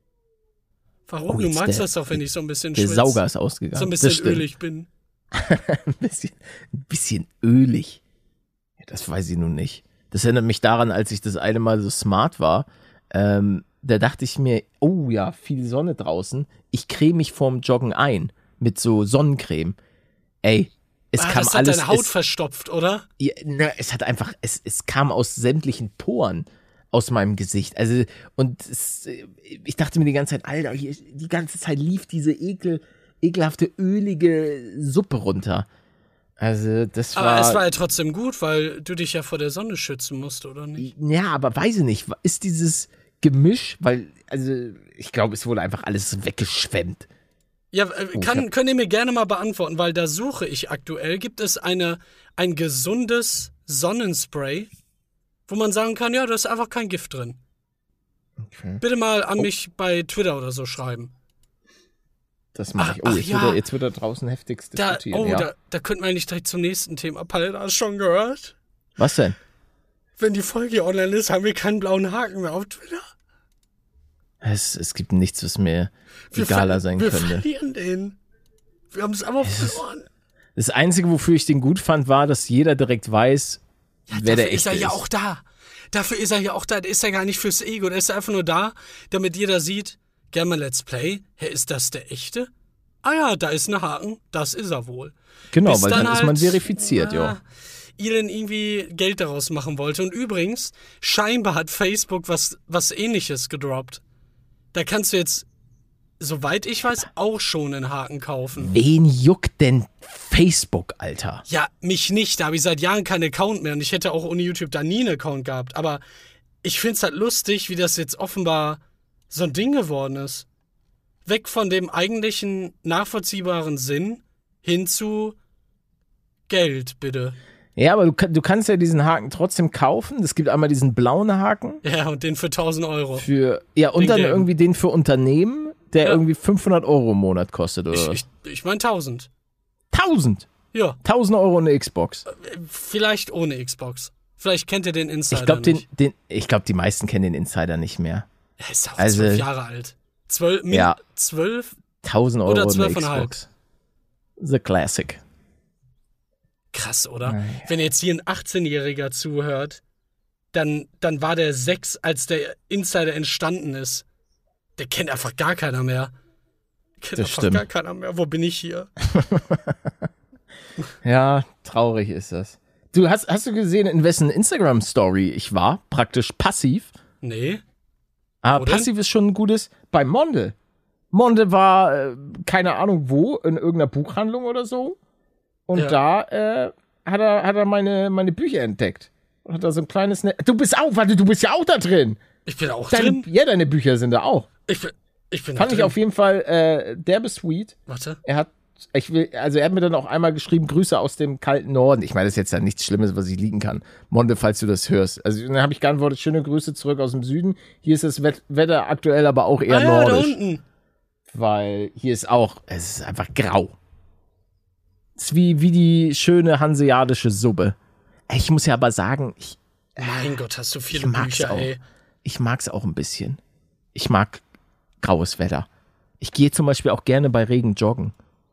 Warum? Du magst das doch, wenn ich so ein bisschen
schwitze. Der
schwitze.
Sauger ist ausgegangen.
So ein bisschen ölig bin.
ein bisschen ölig. Ja, das weiß ich nun nicht. Das erinnert mich daran, als ich das eine Mal so smart war. Da dachte ich mir, oh ja, viel Sonne draußen. Ich creme mich vorm Joggen ein mit so Sonnencreme. Ey, kam
das hat deine Haut verstopft, oder?
Ja, es hat einfach, es kam aus sämtlichen Poren aus meinem Gesicht. Also, ich dachte mir die ganze Zeit, Alter, die ganze Zeit lief diese ekelhafte, ölige Suppe runter. Also, das war...
Aber es war ja trotzdem gut, weil du dich ja vor der Sonne schützen musst, oder nicht?
Ja, aber weiß ich nicht. Ist dieses Gemisch, ich glaube, es wurde einfach alles weggeschwemmt.
Ja, könnt ihr mir gerne mal beantworten, weil da suche ich aktuell. Gibt es ein gesundes Sonnenspray, wo man sagen kann, ja, da ist einfach kein Gift drin? Okay. Bitte mal an mich bei Twitter oder so schreiben.
Das mache ich. Jetzt wird da draußen heftigst diskutiert.
Da könnten wir eigentlich direkt zum nächsten Thema. Habt ihr das schon gehört?
Was denn?
Wenn die Folge online ist, haben wir keinen blauen Haken mehr auf Twitter.
Es gibt nichts, was mir egaler sein könnte.
Wir verlieren den. Wir haben es aber verloren.
Das Einzige, wofür ich den gut fand, war, dass jeder direkt weiß, wer der echte ist.
Dafür ist er ja auch da. Dafür ist er ja auch da. Der ist ja gar nicht fürs Ego. Der ist einfach nur da, damit jeder sieht, gerne mal Let's Play. Hey, ist das der echte? Ah ja, da ist ein Haken. Das ist er wohl.
Genau,
bis
weil dann
halt,
ist man verifiziert, ja.
Elon irgendwie Geld daraus machen wollte. Und übrigens, scheinbar hat Facebook was Ähnliches gedroppt. Da kannst du jetzt, soweit ich weiß, auch schon einen Haken kaufen.
Wen juckt denn Facebook, Alter?
Ja, mich nicht. Da habe ich seit Jahren keinen Account mehr. Und ich hätte auch ohne YouTube da nie einen Account gehabt. Aber ich finde es halt lustig, wie das jetzt offenbar so ein Ding geworden ist. Weg von dem eigentlichen nachvollziehbaren Sinn hin zu Geld, bitte.
Ja, aber du kannst ja diesen Haken trotzdem kaufen. Es gibt einmal diesen blauen Haken.
Ja, und den für 1.000 Euro.
Und
Den
dann
gelben.
irgendwie den für Unternehmen, der irgendwie 500 Euro im Monat kostet, oder was?
Ich meine 1.000.
1.000?
Ja,
1.000 Euro eine Xbox.
vielleicht ohne Xbox. Vielleicht kennt ihr den Insider
Ich glaube,
nicht.
ich glaub, die meisten kennen den Insider nicht mehr.
Er ist auch
Also-
12 Jahre alt. 12?
Ja.
12?
1.000 Euro
Oder
eine
12,5.
Xbox. The Classic.
Krass, oder?
Nein.
Wenn jetzt hier ein 18-Jähriger zuhört, dann war der 6, als der Insider entstanden ist. Der kennt einfach gar keiner mehr.
Das stimmt.
Gar keiner mehr. Wo bin ich hier?
Ja, traurig ist das. Du hast du gesehen, in wessen Instagram-Story ich war? Praktisch passiv.
Nee.
Aber
Wo denn?
passiv ist schon ein gutes. Bei Monde. Monde war, keine Ahnung wo, in irgendeiner Buchhandlung oder so. Und
Ja.
da hat er meine Bücher entdeckt. Und hat da so ein kleines... Du bist ja auch da drin.
Ich bin auch drin.
Ja, deine Bücher sind da auch.
Ich bin
Fand
da
ich
drin.
auf jeden Fall derbe sweet.
Warte.
Er hat mir dann auch einmal geschrieben, Grüße aus dem kalten Norden. Ich meine, das ist jetzt ja nichts Schlimmes, was ich liegen kann. Monde, falls du das hörst. Also dann habe ich geantwortet, schöne Grüße zurück aus dem Süden. Hier ist das Wetter aktuell aber auch eher
Ah ja, da
nordisch.
unten.
Weil hier ist auch, es ist einfach grau. Es ist wie die schöne hanseatische Suppe. Ich muss ja aber sagen,
Mein Gott, hast du viele
ich mag's
Bücher,
auch.
ey.
Ich mag's auch ein bisschen. Ich mag graues Wetter. Ich gehe zum Beispiel auch gerne bei Regen joggen.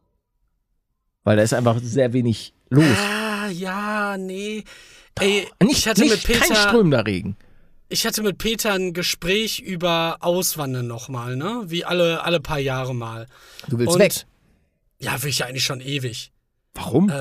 Weil da ist einfach sehr wenig los.
Ah, ja, nee. Ey,
Nicht kein strömender Regen.
Ich hatte mit Peter ein Gespräch über Auswandern nochmal, ne? Wie alle paar Jahre mal.
Du willst
Und
weg.
Ja, will ich ja eigentlich schon ewig.
Warum?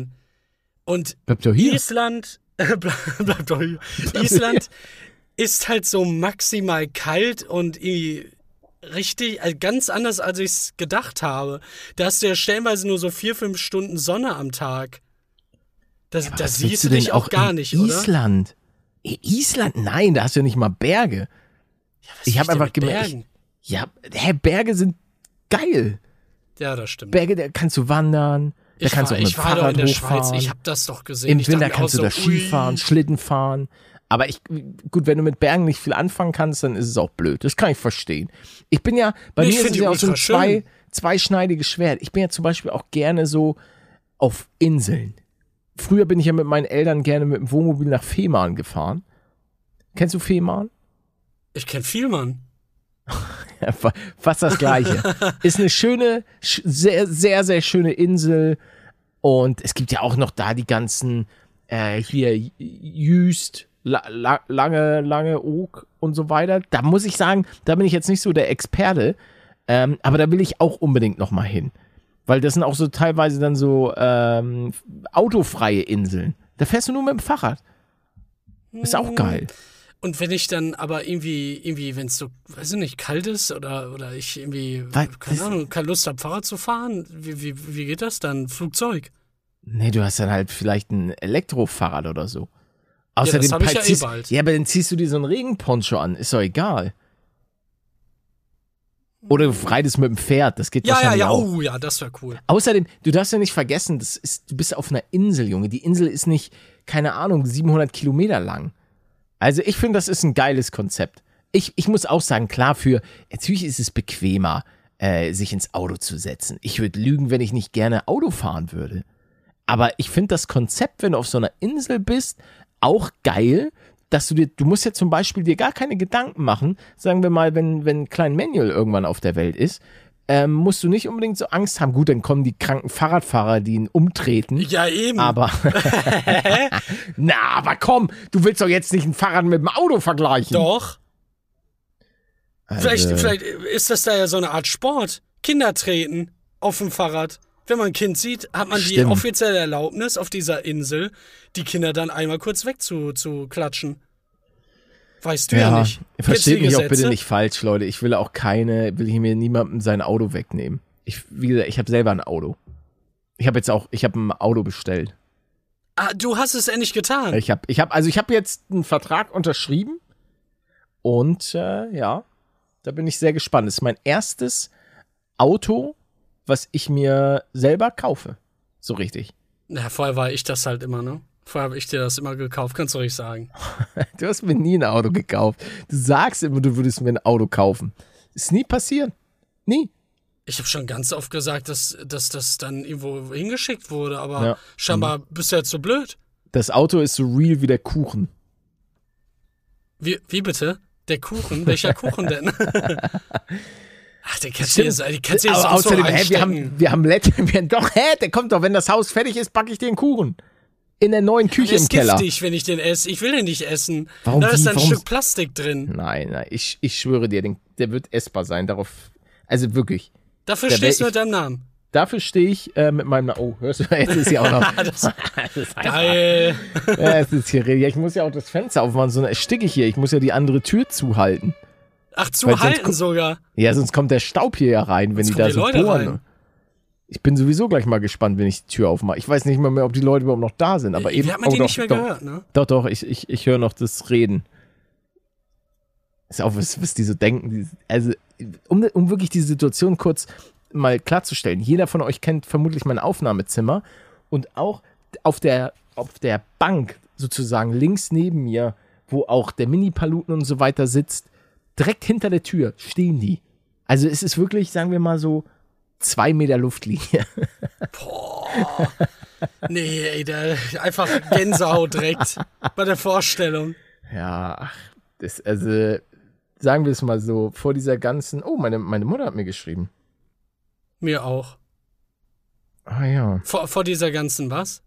Und
Bleib doch hier.
Island, bleib doch hier. Island ist halt so maximal kalt und irgendwie richtig, also ganz anders, als ich es gedacht habe. Da hast du ja stellenweise nur so 4-5 Stunden Sonne am Tag. Das
Was
siehst
willst
du
denn
dich auch gar
in
nicht, oder?
Island. Island? Nein, da hast du ja nicht mal Berge.
Was
Ich
will
habe
denn
einfach
mit
gemerkt.
Bergen?
Berge sind geil.
Ja, das stimmt.
Berge, da kannst du wandern. Da kannst du auch mit
ich war doch
Fahrrad
in der Schweiz,
hochfahren.
ich hab das doch gesehen.
Im
Ich dachte
Winter
mir auch
kannst du
so,
da Skifahren,
ui.
Schlitten fahren. Aber gut, wenn du mit Bergen nicht viel anfangen kannst, dann ist es auch blöd. Das kann ich verstehen. Ich bin ja, bei
Nee,
mir
ich
ist
find
es
die
ja auch so ein
ultra schön.
zweischneidiges Schwert. Ich bin ja zum Beispiel auch gerne so auf Inseln. Früher bin ich ja mit meinen Eltern gerne mit dem Wohnmobil nach Fehmarn gefahren. Kennst du Fehmarn?
Ich kenn viel, Mann.
Ja, fast das Gleiche. Ist eine schöne, sehr, sehr, sehr schöne Insel. Und es gibt ja auch noch da die ganzen, hier, Jüst, lange Oak und so weiter. Da muss ich sagen, da bin ich jetzt nicht so der Experte. Aber da will ich auch unbedingt noch mal hin. Weil das sind auch so teilweise dann so autofreie Inseln. Da fährst du nur mit dem Fahrrad. Ist auch geil.
Und wenn ich dann aber irgendwie, wenn es so, weiß ich nicht, kalt ist oder ich irgendwie, keine Ahnung, keine Lust habe, Fahrrad zu fahren, wie geht das dann? Flugzeug?
Nee, du hast dann halt vielleicht ein Elektrofahrrad oder so. Außerdem
das hab ich ja bald.
Ja, aber dann ziehst du dir so einen Regenponcho an. Ist doch egal. Oder du reitest mit dem Pferd. Das geht wahrscheinlich auch.
Oh ja, das wäre cool.
Außerdem, du darfst ja nicht vergessen, du bist auf einer Insel, Junge. Die Insel ist nicht, keine Ahnung, 700 Kilometer lang. Also ich finde, das ist ein geiles Konzept. Ich muss auch sagen, klar, natürlich ist es bequemer, sich ins Auto zu setzen. Ich würde lügen, wenn ich nicht gerne Auto fahren würde. Aber ich finde das Konzept, wenn du auf so einer Insel bist, auch geil, dass du musst ja zum Beispiel dir gar keine Gedanken machen, sagen wir mal, wenn Klein Manuel irgendwann auf der Welt ist, musst du nicht unbedingt so Angst haben. Gut, dann kommen die kranken Fahrradfahrer, die ihn umtreten.
Ja, eben.
Aber, aber komm, du willst doch jetzt nicht ein Fahrrad mit dem Auto vergleichen.
Doch.
Also,
Vielleicht ist das da ja so eine Art Sport. Kinder treten auf dem Fahrrad. Wenn man ein Kind sieht, hat man die offizielle Erlaubnis, auf dieser Insel die Kinder dann einmal kurz weg zu klatschen. Weißt du ja nicht.
Versteht mich auch bitte nicht falsch, Leute. Ich will hier mir niemandem sein Auto wegnehmen. Wie gesagt, ich habe selber ein Auto. Ich habe ein Auto bestellt.
Ah, du hast es endlich getan.
Ich habe jetzt einen Vertrag unterschrieben und da bin ich sehr gespannt. Das ist mein erstes Auto, was ich mir selber kaufe. So richtig.
Na, vorher war ich das halt immer, ne? Vorher habe ich dir das immer gekauft, kannst du ruhig sagen.
Du hast mir nie ein Auto gekauft. Du sagst immer, du würdest mir ein Auto kaufen. Ist nie passiert. Nie.
Ich habe schon ganz oft gesagt, dass das dann irgendwo hingeschickt wurde, aber scheinbar bist du ja zu blöd.
Das Auto ist so real wie der Kuchen.
Wie bitte? Der Kuchen? Welcher Kuchen denn? Ach, der kannst du jetzt
aber außerdem, der kommt doch, wenn das Haus fertig ist, backe ich dir einen Kuchen. In der neuen Küche im Keller.
Das ist giftig, wenn ich den esse. Ich will den nicht essen.
Warum?
Da ist ein Stück Plastik drin.
Nein, ich schwöre dir, der wird essbar sein. Also wirklich.
Dafür stehst du mit deinem Namen.
Dafür stehe ich mit meinem Namen. Oh, hörst du, jetzt ist ja auch noch.
Das ist geil.
Es ist hier, ich muss ja auch das Fenster aufmachen, sonst ersticke ich hier. Ich muss ja die andere Tür zuhalten.
Ach, zuhalten sogar?
Ja, sonst kommt der Staub hier ja rein, wenn die da so bohren. Rein. Ich bin sowieso gleich mal gespannt, wenn ich die Tür aufmache. Ich weiß nicht mal mehr, ob die Leute überhaupt noch da sind. Aber eben.
Wir haben die nicht mehr gehört, ne?
Doch, ich höre noch das Reden. Ist auch, was die so denken. Also, um wirklich die Situation kurz mal klarzustellen. Jeder von euch kennt vermutlich mein Aufnahmezimmer. Und auch auf der Bank, sozusagen links neben mir, wo auch der Mini-Paluten und so weiter sitzt, direkt hinter der Tür stehen die. Also es ist wirklich, sagen wir mal so, 2 Meter Luftlinie.
Boah. Nee, ey, einfach Gänsehaut direkt bei der Vorstellung.
Ja, sagen wir es mal so, vor dieser ganzen, meine Mutter hat mir geschrieben.
Mir auch.
Ah ja.
Vor dieser ganzen was?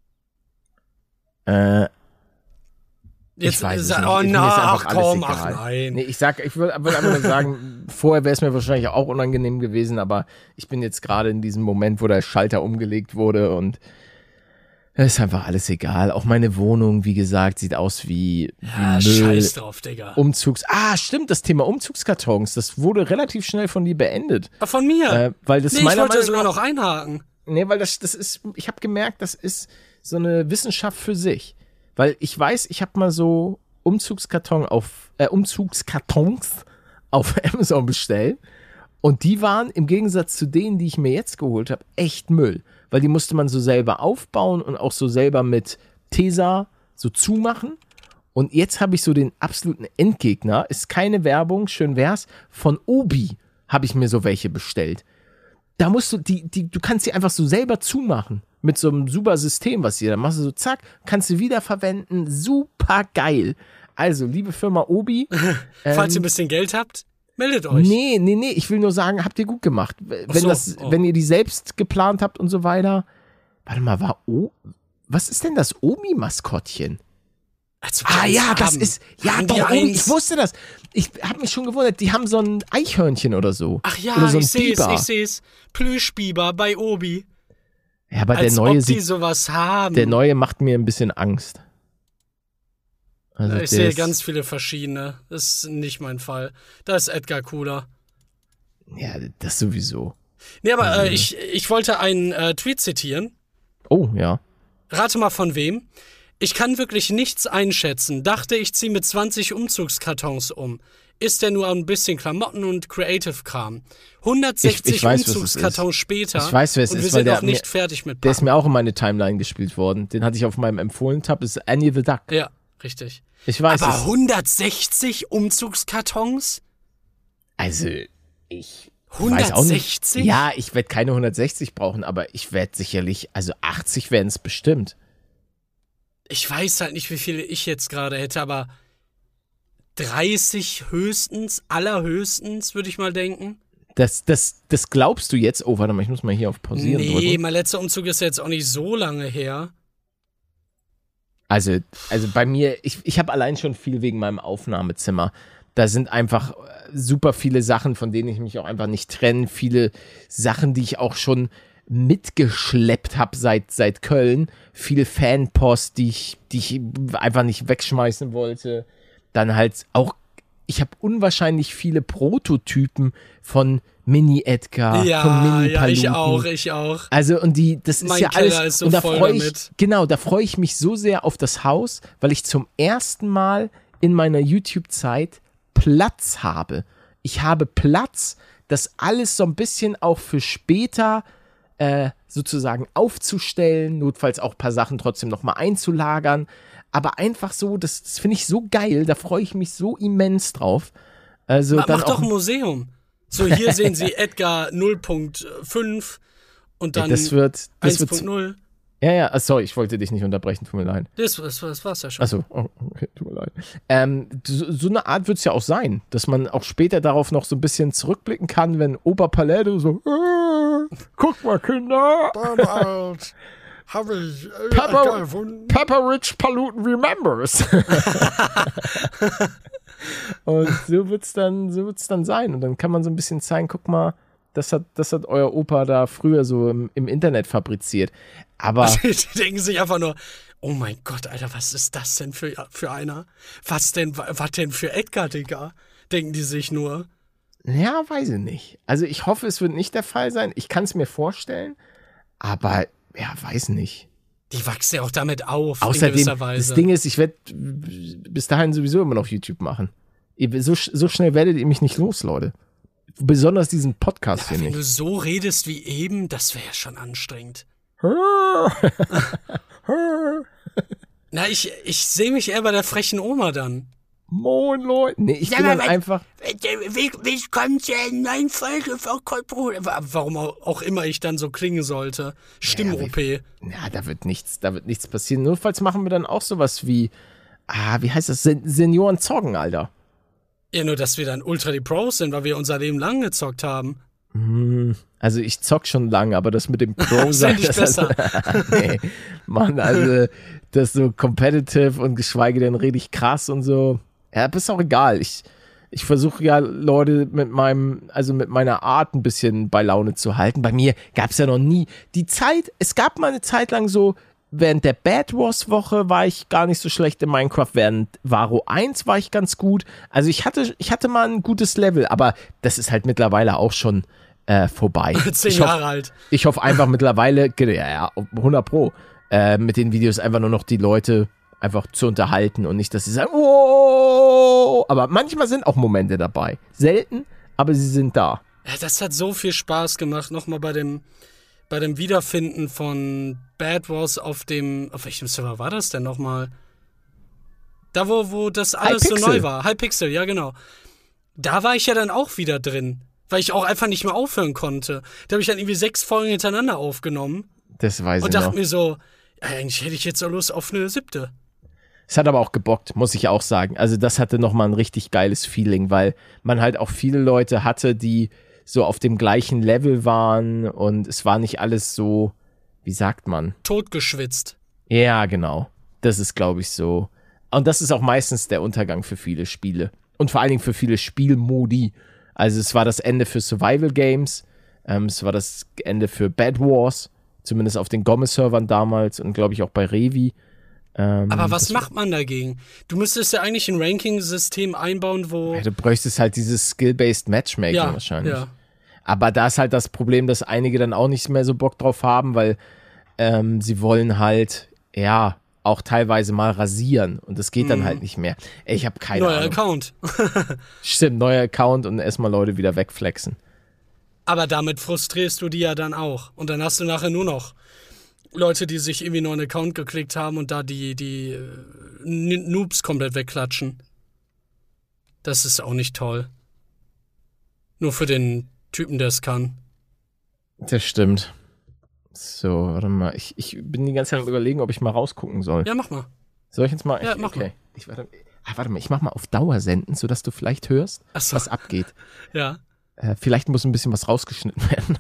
Jetzt, ich weiß es nicht.
Nein.
Nee, ich würde einfach nur sagen, vorher wäre es mir wahrscheinlich auch unangenehm gewesen, aber ich bin jetzt gerade in diesem Moment, wo der Schalter umgelegt wurde und es ist einfach alles egal. Auch meine Wohnung, wie gesagt, sieht aus wie Müll.
Scheiß drauf, Digga.
Stimmt, das Thema Umzugskartons, das wurde relativ schnell von dir beendet.
Von mir?
Weil das
ich wollte sogar noch einhaken.
Nee, weil das ist, ich habe gemerkt, das ist so eine Wissenschaft für sich. Weil ich weiß, ich habe mal so Umzugskartons auf Amazon bestellt und die waren im Gegensatz zu denen, die ich mir jetzt geholt habe, echt Müll. Weil die musste man so selber aufbauen und auch so selber mit Tesa so zumachen. Und jetzt habe ich so den absoluten Endgegner, ist keine Werbung, schön wär's, von Obi habe ich mir so welche bestellt. Da musst du, du kannst sie einfach so selber zumachen. Mit so einem super System, was hier, dann machst du so zack, kannst du wiederverwenden, super geil. Also, liebe Firma Obi.
Falls ihr ein bisschen Geld habt, meldet euch.
Nee, ich will nur sagen, habt ihr gut gemacht. Wenn ihr die selbst geplant habt und so weiter. Warte mal, was ist denn das Omi-Maskottchen? Das ist, doch, Omi, ich wusste das. Ich habe mich schon gewundert, die haben so ein Eichhörnchen oder so.
Ach ja,
oder so
ich seh's. Plüschbiber bei Obi.
Ja, aber
als ob die sowas haben.
Der neue macht mir ein bisschen Angst. Also
ich sehe ganz viele verschiedene. Das ist nicht mein Fall. Da ist Edgar cooler.
Ja, das sowieso.
Nee, aber ich wollte einen Tweet zitieren.
Oh, ja.
Rate mal von wem. Ich kann wirklich nichts einschätzen. Dachte, ich ziehe mit 20 Umzugskartons um. Ist ja nur ein bisschen Klamotten und Creative-Kram. 160 Umzugskartons später
ich weiß, wer es
und
ist,
wir sind noch nicht fertig mit Packen.
Der ist mir auch in meine Timeline gespielt worden. Den hatte ich auf meinem Empfohlen-Tab. Das ist Annie the Duck.
Ja, richtig.
Ich weiß
aber
es.
160 Umzugskartons?
Also, ich
160?
weiß auch nicht. Ja, ich werde keine 160 brauchen, aber ich werde sicherlich, also 80 werden es bestimmt.
Ich weiß halt nicht, wie viele ich jetzt gerade hätte, aber 30 höchstens, allerhöchstens, würde ich mal denken.
Das glaubst du jetzt? Oh, warte mal, ich muss mal hier auf Pausieren drücken.
Nee, mein letzter Umzug ist jetzt auch nicht so lange her.
Also bei mir, ich habe allein schon viel wegen meinem Aufnahmezimmer. Da sind einfach super viele Sachen, von denen ich mich auch einfach nicht trenne. Viele Sachen, die ich auch schon mitgeschleppt habe seit Köln. Viel Fanpost, die ich einfach nicht wegschmeißen wollte. Dann halt auch, ich habe unwahrscheinlich viele Prototypen von Mini-Edgar, von Mini-Paluten.
Ich auch.
Also, und das ist
mein
ja
Keller
alles,
ist so
und da
voll
freue ich,
damit.
genau, da freue ich mich so sehr auf das Haus, weil ich zum ersten Mal in meiner YouTube-Zeit Platz habe. Ich habe Platz, das alles so ein bisschen auch für später sozusagen aufzustellen, notfalls auch ein paar Sachen trotzdem nochmal einzulagern, aber einfach so, das finde ich so geil, da freue ich mich so immens drauf. Also dann
Mach
auch
doch ein Museum. So, hier sehen Sie Edgar 0.5 und dann
das wird
1.0.
Ja, sorry, ich wollte dich nicht unterbrechen, tut mir leid.
Das war's ja schon.
Achso, okay, tut mir leid. So eine Art wird es ja auch sein, dass man auch später darauf noch so ein bisschen zurückblicken kann, wenn Opa Paletto so, guck mal, Kinder,
Damals habe ich
Pepper Rich Paluten remembers. Und so wird's dann sein. Und dann kann man so ein bisschen zeigen, guck mal, das hat euer Opa da früher so im Internet fabriziert. Aber
die denken sich einfach nur, oh mein Gott, Alter, was ist das denn für einer? Was denn für Edgar, Digga? Denken die sich nur.
ja, weiß ich nicht. Also ich hoffe, es wird nicht der Fall sein. Ich kann es mir vorstellen, aber ja, weiß nicht.
Die wachsen ja auch damit auf, in
Außerdem,
gewisser Weise.
das Ding ist, ich werde bis dahin sowieso immer noch YouTube machen. So schnell werdet ihr mich nicht los, Leute. Besonders diesen Podcast hier
Wenn
nicht.
du so redest wie eben, das wäre ja schon anstrengend. Na, ich sehe mich eher bei der frechen Oma dann.
Moin, Leute. Nee, ich bin dann einfach.
Willkommen zu einer neuen Folge von Kottbruder. Warum auch immer ich dann so klingen sollte. Stimm-OP.
Ja, da wird nichts passieren. Notfalls machen wir dann auch sowas wie, wie heißt das? Senioren zoggen, Alter.
Ja, nur, dass wir dann ultra die Pros sind, weil wir unser Leben lang gezockt haben.
Also ich zock schon lange, aber das mit dem Pro sein,
das ist besser.
Nee, Mann, also das so competitive und geschweige denn richtig krass und so. Ja, ist auch egal. Ich versuche ja Leute mit meiner Art ein bisschen bei Laune zu halten. Bei mir gab es ja noch nie es gab mal eine Zeit lang so, während der Bad Wars Woche war ich gar nicht so schlecht in Minecraft, während Varo 1 war ich ganz gut. Also ich hatte mal ein gutes Level, aber das ist halt mittlerweile auch schon vorbei.
10 Jahre alt.
Ich hoffe einfach mittlerweile, ja, 100 Pro, mit den Videos einfach nur noch die Leute einfach zu unterhalten und nicht, dass sie sagen, oh, aber manchmal sind auch Momente dabei. Selten, aber sie sind da.
Ja, das hat so viel Spaß gemacht, nochmal bei dem Wiederfinden von Bad Wars auf welchem Server war das denn nochmal? Da, wo das alles so neu war. Hypixel, ja genau. Da war ich ja dann auch wieder drin, weil ich auch einfach nicht mehr aufhören konnte. Da habe ich dann irgendwie 6 Folgen hintereinander aufgenommen.
Das weiß ich noch.
Und dachte mir so, eigentlich hätte ich jetzt so Lust auf eine 7.
Es hat aber auch gebockt, muss ich auch sagen. Also das hatte nochmal ein richtig geiles Feeling, weil man halt auch viele Leute hatte, die so auf dem gleichen Level waren und es war nicht alles so, wie sagt man?
Totgeschwitzt.
Ja, genau. Das ist, glaube ich, so. Und das ist auch meistens der Untergang für viele Spiele. Und vor allen Dingen für viele Spielmodi. Also es war das Ende für Survival Games, es war das Ende für Bad Wars, zumindest auf den Gomme-Servern damals und glaube ich auch bei Revi.
Aber was macht man dagegen? Du müsstest ja eigentlich ein Ranking-System einbauen, wo...
Ja, du bräuchtest halt dieses Skill-Based Matchmaking wahrscheinlich. Ja. Aber da ist halt das Problem, dass einige dann auch nicht mehr so Bock drauf haben, weil sie wollen halt, ja, auch teilweise mal rasieren. Und das geht dann halt nicht mehr. Ich habe keine Ahnung.
Neuer Account.
Stimmt, neuer Account und erstmal Leute wieder wegflexen.
Aber damit frustrierst du die ja dann auch. Und dann hast du nachher nur noch Leute, die sich irgendwie einen neuen Account geklickt haben und da die Noobs komplett wegklatschen. Das ist auch nicht toll. Nur für den Typen, der es kann.
Das stimmt. So, warte mal. Ich bin die ganze Zeit am Überlegen, ob ich mal rausgucken soll.
Ja, mach mal.
Soll ich jetzt mal?
Ja, mach mal.
Warte mal, ich mach mal auf Dauer senden, sodass du vielleicht hörst, was abgeht.
Ja.
Vielleicht muss ein bisschen was rausgeschnitten werden.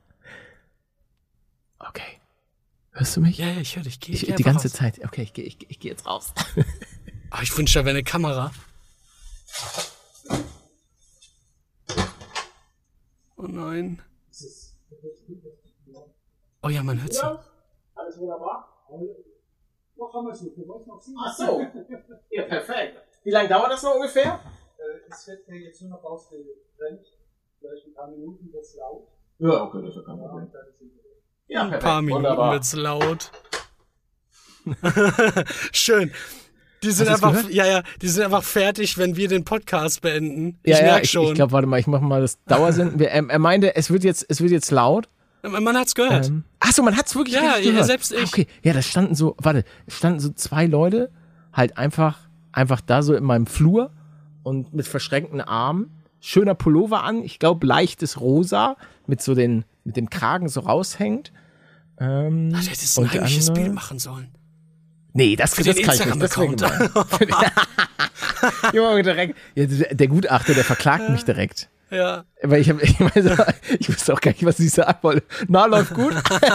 Okay. Hörst du mich?
Ja, ich höre dich. Geh
Die ganze Zeit. Okay, ich geh jetzt raus.
Ich wünschte, da wäre eine Kamera. Oh nein. Oh ja, man hört sie.
Alles wunderbar? Noch haben wir es nicht. Wir wollten noch sehen.
Ach so. Ja, perfekt. Wie lange dauert das noch ungefähr?
Es wird ja jetzt nur noch ausgebrennt. Vielleicht ein paar Minuten wird es laut.
Ja, okay, das ist ja kein Problem. Ja,
Ein paar Minuten wird's laut. Schön. Die sind die sind einfach fertig, wenn wir den Podcast beenden. Ich merke schon.
Ich glaube, warte mal, ich mache mal das Dauersenden. Er meinte, es wird jetzt laut.
Man hat's gehört.
Achso, man hat's wirklich gehört.
Ja, selbst ich.
Okay, ja, es standen so 2 Leute halt einfach da so in meinem Flur und mit verschränkten Armen, schöner Pullover an, ich glaube leichtes Rosa, mit dem Kragen so raushängt.
Du hättest ein heimliches Bild machen sollen.
Nee, das kann ich nicht. Der Gutachter, der verklagt mich direkt.
Ja.
Weil ich wusste auch gar nicht, was ich sagen wollte. Na, läuft gut?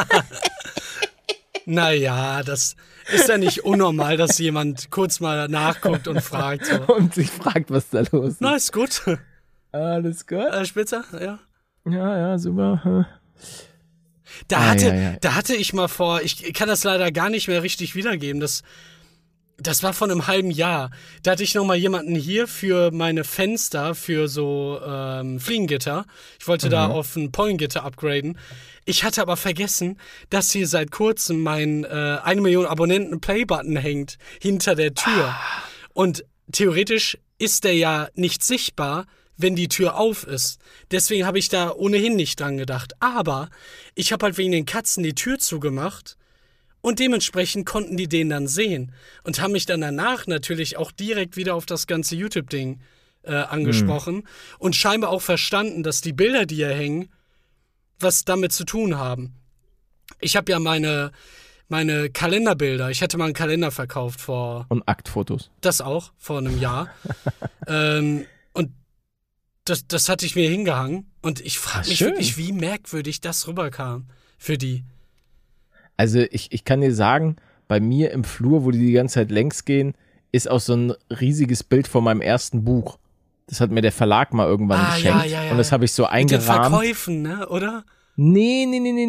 Naja, das ist ja nicht unnormal, dass jemand kurz mal nachguckt und fragt. So.
Und sich fragt, was da los ist.
Na, ist gut.
Alles gut?
Spitze, ja.
Ja, super.
Da hatte ich mal ich kann das leider gar nicht mehr richtig wiedergeben, das war vor einem halben Jahr. Da hatte ich noch mal jemanden hier für meine Fenster, für so Fliegengitter. Ich wollte da auf ein Pollengitter upgraden. Ich hatte aber vergessen, dass hier seit kurzem mein 1 Million Abonnenten Play-Button hängt hinter der Tür. Und theoretisch ist der ja nicht sichtbar, wenn die Tür auf ist. Deswegen habe ich da ohnehin nicht dran gedacht. Aber ich habe halt wegen den Katzen die Tür zugemacht und dementsprechend konnten die den dann sehen und haben mich dann danach natürlich auch direkt wieder auf das ganze YouTube-Ding angesprochen und scheinbar auch verstanden, dass die Bilder, die hier hängen, was damit zu tun haben. Ich habe ja meine Kalenderbilder, ich hatte mal einen Kalender verkauft
Und Aktfotos.
Das auch, vor einem Jahr. Und das hatte ich mir hingehangen und ich frage mich wirklich, wie merkwürdig das rüberkam für die.
Also ich kann dir sagen, bei mir im Flur, wo die ganze Zeit längs gehen, ist auch so ein riesiges Bild von meinem ersten Buch. Das hat mir der Verlag mal irgendwann geschenkt. Ja. Und das habe ich so eingerahmt.
Mit den Verkäufen, ne, oder?
Nee.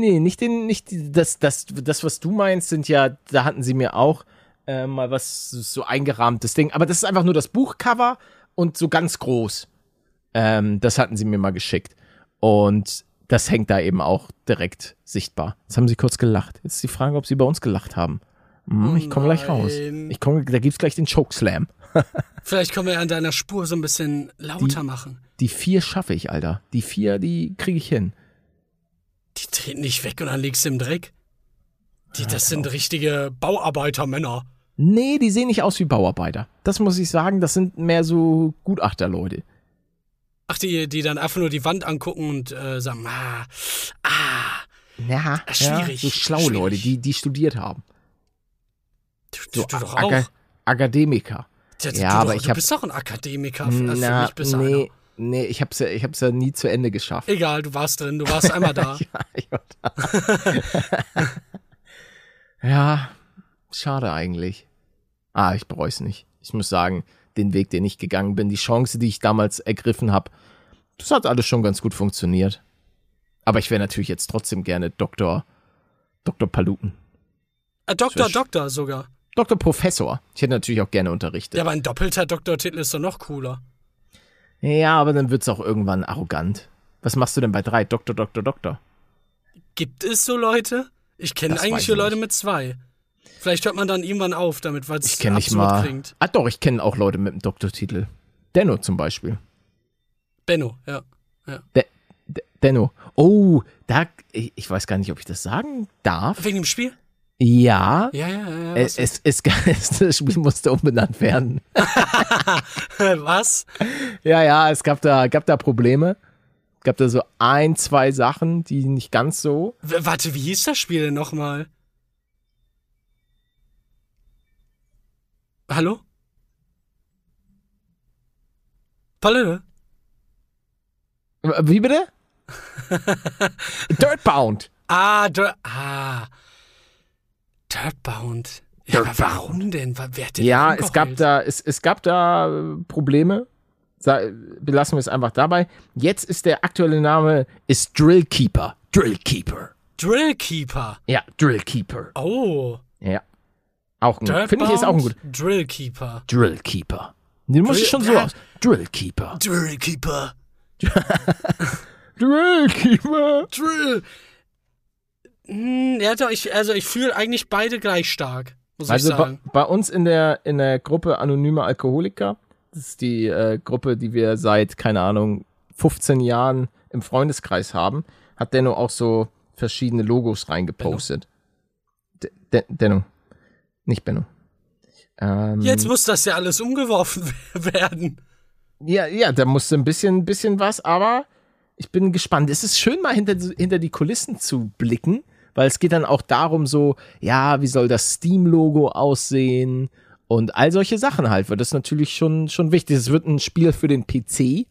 Das, was du meinst, sind ja, da hatten sie mir auch mal was so eingerahmtes Ding. Aber das ist einfach nur das Buchcover und so ganz groß. Das hatten sie mir mal geschickt. Und das hängt da eben auch direkt sichtbar. Jetzt haben sie kurz gelacht. Jetzt ist die Frage, ob sie bei uns gelacht haben. Ich komme gleich raus. Da gibt's gleich den Chokeslam.
Vielleicht können wir an deiner Spur so ein bisschen lauter machen.
Die 4 schaffe ich, Alter. Die 4, die kriege ich hin.
Die treten nicht weg und dann liegst du im Dreck. Das sind richtige Bauarbeitermänner.
Nee, die sehen nicht aus wie Bauarbeiter. Das muss ich sagen, das sind mehr so Gutachterleute.
Ach, die dann einfach nur die Wand angucken und sagen, schwierig.
So schlaue Leute, die studiert haben.
Du doch auch.
Akademiker.
Du bist doch ein Akademiker. Für mich bist du einer.
Nee, ich hab's ja nie zu Ende geschafft.
Egal, du warst drin, du warst einmal da.
Ja, schade eigentlich. Ich bereue es nicht. Ich muss sagen, den Weg, den ich gegangen bin, die Chance, die ich damals ergriffen habe, das hat alles schon ganz gut funktioniert. Aber ich wäre natürlich jetzt trotzdem gerne Dr. Paluten.
Doktor sogar.
Dr. Professor. Ich hätte natürlich auch gerne unterrichtet.
Ja, aber ein doppelter Doktortitel ist doch noch cooler.
Ja, aber dann wird's auch irgendwann arrogant. Was machst du denn bei 3? Doktor?
Gibt es so Leute? Ich kenne eigentlich nur Leute mit 2. Vielleicht hört man dann irgendwann auf damit, weil es absurd klingt.
Doch, ich kenne auch Leute mit einem Doktortitel. Denno zum Beispiel.
Benno, ja.
Denno. Oh, ich weiß gar nicht, ob ich das sagen darf.
Wegen dem Spiel?
Ja.
Ja.
Das Spiel musste umbenannt werden.
Was?
Ja, es gab da Probleme. Gab da so 1, 2 Sachen, die nicht ganz so.
Warte, wie hieß das Spiel denn nochmal? Hallo? Palette?
Wie bitte? Dirtbound.
Dirtbound. Ja, aber warum denn? Wer hat denn
Ja,
rumgeheult?
es gab da Probleme. Belassen wir es einfach dabei. Jetzt ist der aktuelle Name ist Drillkeeper. Drillkeeper.
Drillkeeper.
Ja, Drillkeeper.
Oh.
Ja. Auch ein, finde ich, ist auch ein gut.
Drillkeeper.
Drillkeeper. Den muss ich schon so aus. Drillkeeper.
Drillkeeper.
Drillkeeper.
Drill. Ja, doch, ich fühle eigentlich beide gleich stark, muss ich
Also
sagen.
bei uns in der Gruppe Anonyme Alkoholiker, das ist die Gruppe, die wir seit, keine Ahnung, 15 Jahren im Freundeskreis haben, hat Denno auch so verschiedene Logos reingepostet. Denno. Nicht Benno.
Jetzt muss das ja alles umgeworfen werden.
Ja, da musste ein bisschen was, aber ich bin gespannt. Es ist schön, mal hinter die Kulissen zu blicken, weil es geht dann auch darum so, ja, wie soll das Steam-Logo aussehen und all solche Sachen halt, weil das ist natürlich schon wichtig. Es wird ein Spiel für den PC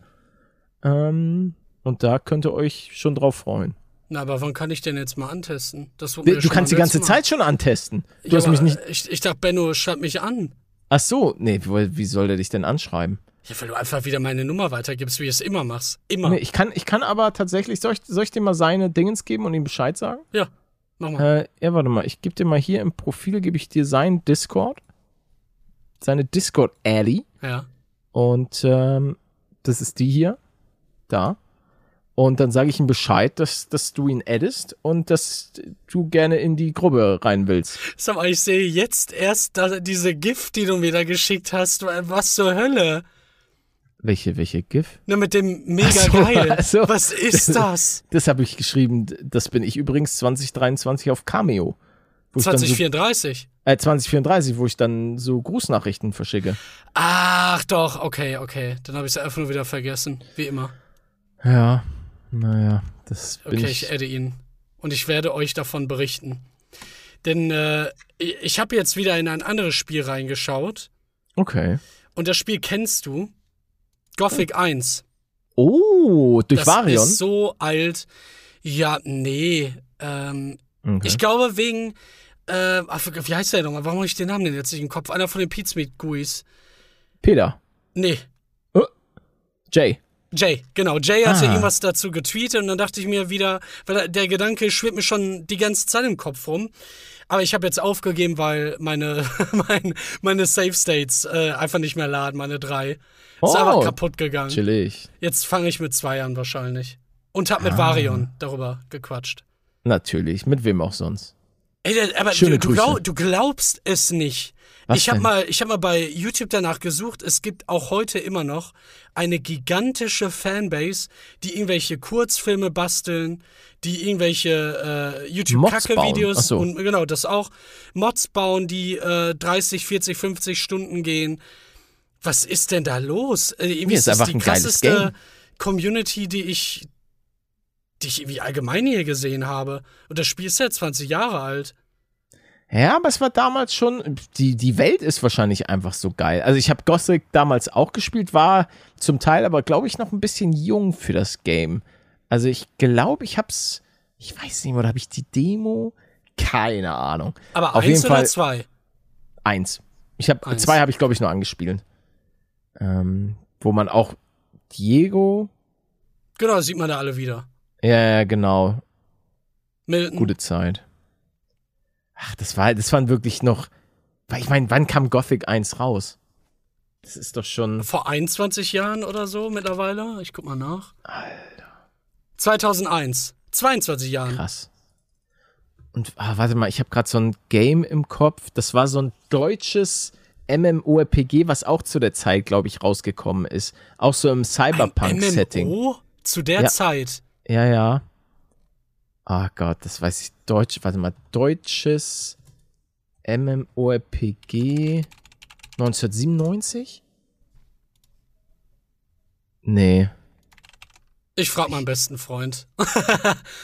und da könnt ihr euch schon drauf freuen.
Na, aber wann kann ich denn jetzt mal antesten? Das wurde mir
Du
schon
kannst die
beim
ganze
letzten Mal.
Zeit schon antesten. Du
Ja,
hast mich
aber
nicht...
Ich dachte, Benno schreibt mich an.
Ach so, nee, wie soll der dich denn anschreiben?
Ja, weil du einfach wieder meine Nummer weitergibst, wie du es immer machst. Immer.
Nee, ich kann aber tatsächlich, soll ich dir mal seine Dingens geben und ihm Bescheid sagen?
Ja, mach mal.
Ja, warte mal, ich gebe dir mal hier im Profil, gebe ich dir seinen Discord, seine Discord-Addy
Ja.
und das ist die hier, da. Und dann sage ich ihm Bescheid, dass du ihn addest und dass du gerne in die Gruppe rein willst.
Sag mal, ich sehe jetzt erst diese GIF, die du mir da geschickt hast. Was zur Hölle?
Welche GIF?
Na, mit dem mega
Ach so,
geil.
ach so.
Was ist das?
Das habe ich geschrieben, das bin ich übrigens 2023 auf Cameo. Wo ich dann
2034.
2034, wo ich dann so Grußnachrichten verschicke.
Ach doch, okay. Dann habe ich es einfach nur wieder vergessen. Wie immer.
Ja, naja, das bin
Okay, ich adde ihn. Und ich werde euch davon berichten. Denn ich habe jetzt wieder in ein anderes Spiel reingeschaut.
Okay.
Und das Spiel kennst du. Gothic 1.
Oh, durch
Das
Varion?
ist so alt. Ja, nee.
Okay.
Ich glaube wegen, wie heißt der nochmal? Warum habe ich den Namen denn jetzt nicht im Kopf? Einer von den Pizmeat-Guis.
Peter.
Nee,
Jay.
Jay, genau. Jay hatte
Ah.
irgendwas dazu getweetet und dann dachte ich mir wieder, weil der Gedanke schwirrt mir schon die ganze Zeit im Kopf rum. Aber ich habe jetzt aufgegeben, weil meine Save States einfach nicht mehr laden, meine 3. Ist
Oh,
einfach kaputt gegangen.
Chillig.
Jetzt fange ich mit 2 an wahrscheinlich. Und hab mit Varion darüber gequatscht.
Natürlich, mit wem auch sonst.
Ey, aber
Schöne
du
Grüße.
glaubst es nicht.
Was
Ich habe
denn?
mal bei YouTube danach gesucht. Es gibt auch heute immer noch eine gigantische Fanbase, die irgendwelche Kurzfilme basteln, die irgendwelche
Mods
YouTube-Kacke-Videos
bauen. Ach so.
und genau, das auch Mods bauen, die 30, 40, 50 Stunden gehen. Was ist denn da los? Irgendwie
ist einfach
die
ein geiles
krasseste
Game.
Community, die ich irgendwie allgemein hier gesehen habe. Und das Spiel ist ja 20 Jahre alt.
Ja, aber es war damals schon, die Welt ist wahrscheinlich einfach so geil. Also ich habe Gothic damals auch gespielt, war zum Teil aber, glaube ich, noch ein bisschen jung für das Game. Also ich glaube, ich weiß nicht, oder habe ich die Demo? Keine Ahnung.
Aber
Auf
1
jeden
oder
Fall
2?
1.
Eins.
2 habe ich, glaube ich, nur angespielt. Wo man auch Diego,
Genau, das sieht man da alle wieder.
ja, genau,
Milton.
gute Zeit. Ach, das waren wirklich noch, weil ich meine, wann kam Gothic 1 raus? Das ist doch schon,
Vor 21 Jahren oder so mittlerweile. Ich guck mal nach. Alter. 2001. 22 Jahren.
krass. Und warte mal, ich habe gerade so ein Game im Kopf, das war so ein deutsches MMORPG, was auch zu der Zeit, glaube ich, rausgekommen ist. Auch so im Cyberpunk-Setting.
MMO? Zu der
Ja.
Zeit.
Ja. Ah Gott, das weiß ich. Deutsches MMORPG 1997? Nee.
Ich frag meinen besten Freund.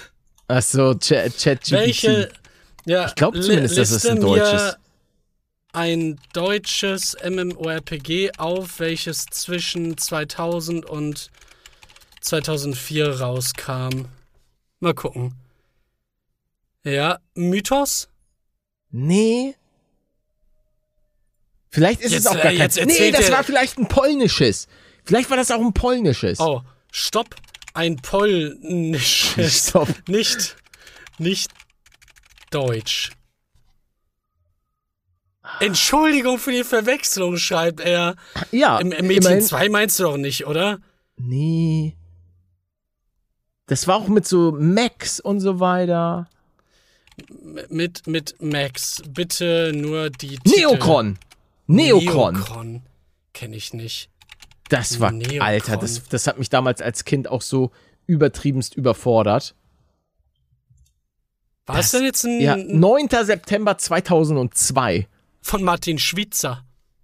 Achso, ChatGPT.
Welche? Ja,
Ich glaub zumindest, dass es ein deutsches.
ein deutsches MMORPG auf, welches zwischen 2000 und 2004 rauskam. Mal gucken. Ja, Mythos?
Nee. Vielleicht ist es auch gar kein...
jetzt
Nee, das
er-
war vielleicht ein polnisches. Vielleicht war das auch ein polnisches.
Oh, stopp. Ein polnisches.
Stopp.
Nicht deutsch. Entschuldigung für die Verwechslung, schreibt er.
Ja,
Im Mädchen
immerhin.
2 meinst du doch nicht, oder?
Nee. Das war auch mit so Max und so weiter.
Mit Max. Bitte nur die Titel.
Neokron.
Neokron. Kenn ich nicht.
Das war,
Neokron.
Alter, das hat mich damals als Kind auch so übertriebenst überfordert.
War es denn jetzt ein
Ja, 9. September 2002.
von Martin Schwitzer?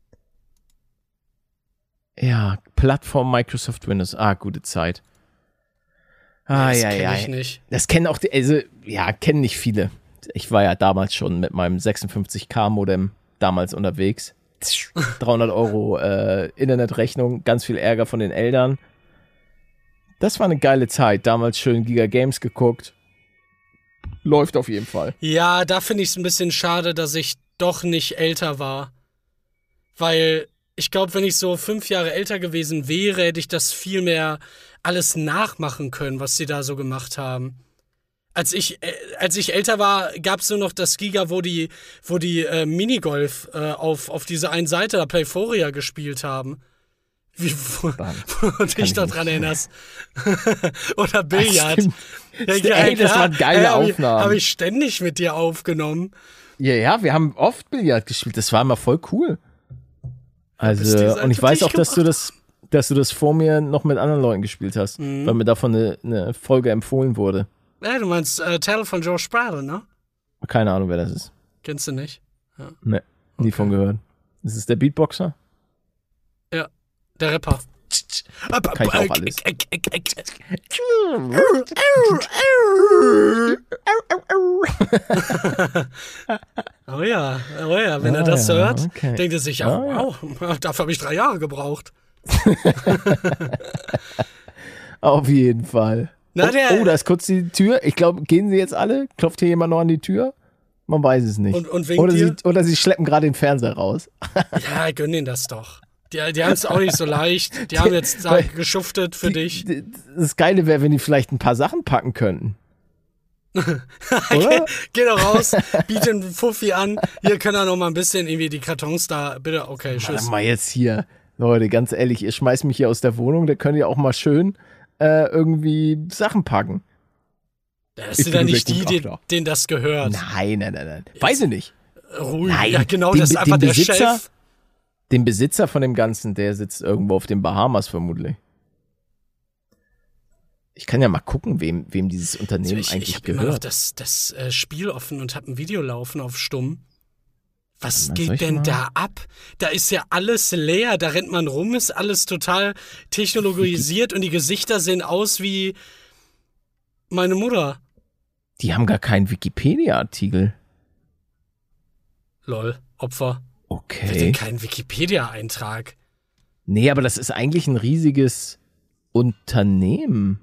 Ja, Plattform Microsoft Windows. Ah, gute Zeit.
Das kenn ich nicht.
Das kennen auch, kennen nicht viele. Ich war ja damals schon mit meinem 56K-Modem damals unterwegs. 300 Euro Internetrechnung, ganz viel Ärger von den Eltern. Das war eine geile Zeit. Damals schön Giga Games geguckt. Läuft auf jeden Fall.
Ja, da finde ich es ein bisschen schade, dass ich doch nicht älter war. Weil ich glaube, wenn ich so 5 Jahre älter gewesen wäre, hätte ich das viel mehr alles nachmachen können, was sie da so gemacht haben. Als ich älter war, gab es nur noch das Giga, wo die Minigolf auf dieser einen Seite da Playforia gespielt haben. Wo du dich noch dran erinnerst. Oder Billard.
Ey, das waren geile Aufnahmen.
Habe ich ständig mit dir aufgenommen.
Ja, wir haben oft Billard gespielt. Das war immer voll cool.
bis die
Also,
Seite
und ich weiß
dich
auch, dass du das vor mir noch mit anderen Leuten gespielt hast, weil mir davon eine Folge empfohlen wurde.
Ja, du meinst Tell von Joe Spratt, ne?
Keine Ahnung, wer das ist.
Kennst du nicht?
Nee, nie von gehört. Ist es der Beatboxer?
Ja, der Rapper.
Kann ich auch alles.
Oh ja, wenn er das hört,
okay.
denkt er sich, wow, dafür habe ich 3 Jahre gebraucht.
Auf jeden Fall.
Na,
Da ist kurz die Tür. Ich glaube, gehen sie jetzt alle? Klopft hier jemand noch an die Tür? Man weiß es nicht.
Und winkt dir?
Oder sie schleppen gerade den Fernseher raus.
Ja, gönn ihnen das doch. Die haben es auch nicht so leicht. Die haben jetzt da geschuftet für dich.
Das Geile wäre, wenn die vielleicht ein paar Sachen packen könnten. Oder?
Geh doch raus, biete einen Fuffi an. Hier können wir noch mal ein bisschen irgendwie die Kartons da. Bitte, okay, tschüss.
Warte mal jetzt hier. Leute, ganz ehrlich, ihr schmeißt mich hier aus der Wohnung, da könnt ihr auch mal schön irgendwie Sachen packen.
Das sind ja nicht denen das gehört.
Nein. Weiß ich nicht.
Ruhig.
Nein,
Ja, genau, das ist einfach der Chef.
Den Besitzer von dem Ganzen, der sitzt irgendwo auf den Bahamas vermutlich. Ich kann ja mal gucken, wem dieses Unternehmen eigentlich
ich hab immer noch
gehört.
das Spiel offen und hab ein Video laufen auf Stumm. Was
Soll ich
geht denn
mal?
da ab? Da ist ja alles leer, da rennt man rum, ist alles total technologisiert und die Gesichter sehen aus wie meine Mutter.
Die haben gar keinen Wikipedia-Artikel.
Lol, Opfer. Wer
Okay.
denn keinen Wikipedia-Eintrag?
Nee, aber das ist eigentlich ein riesiges Unternehmen.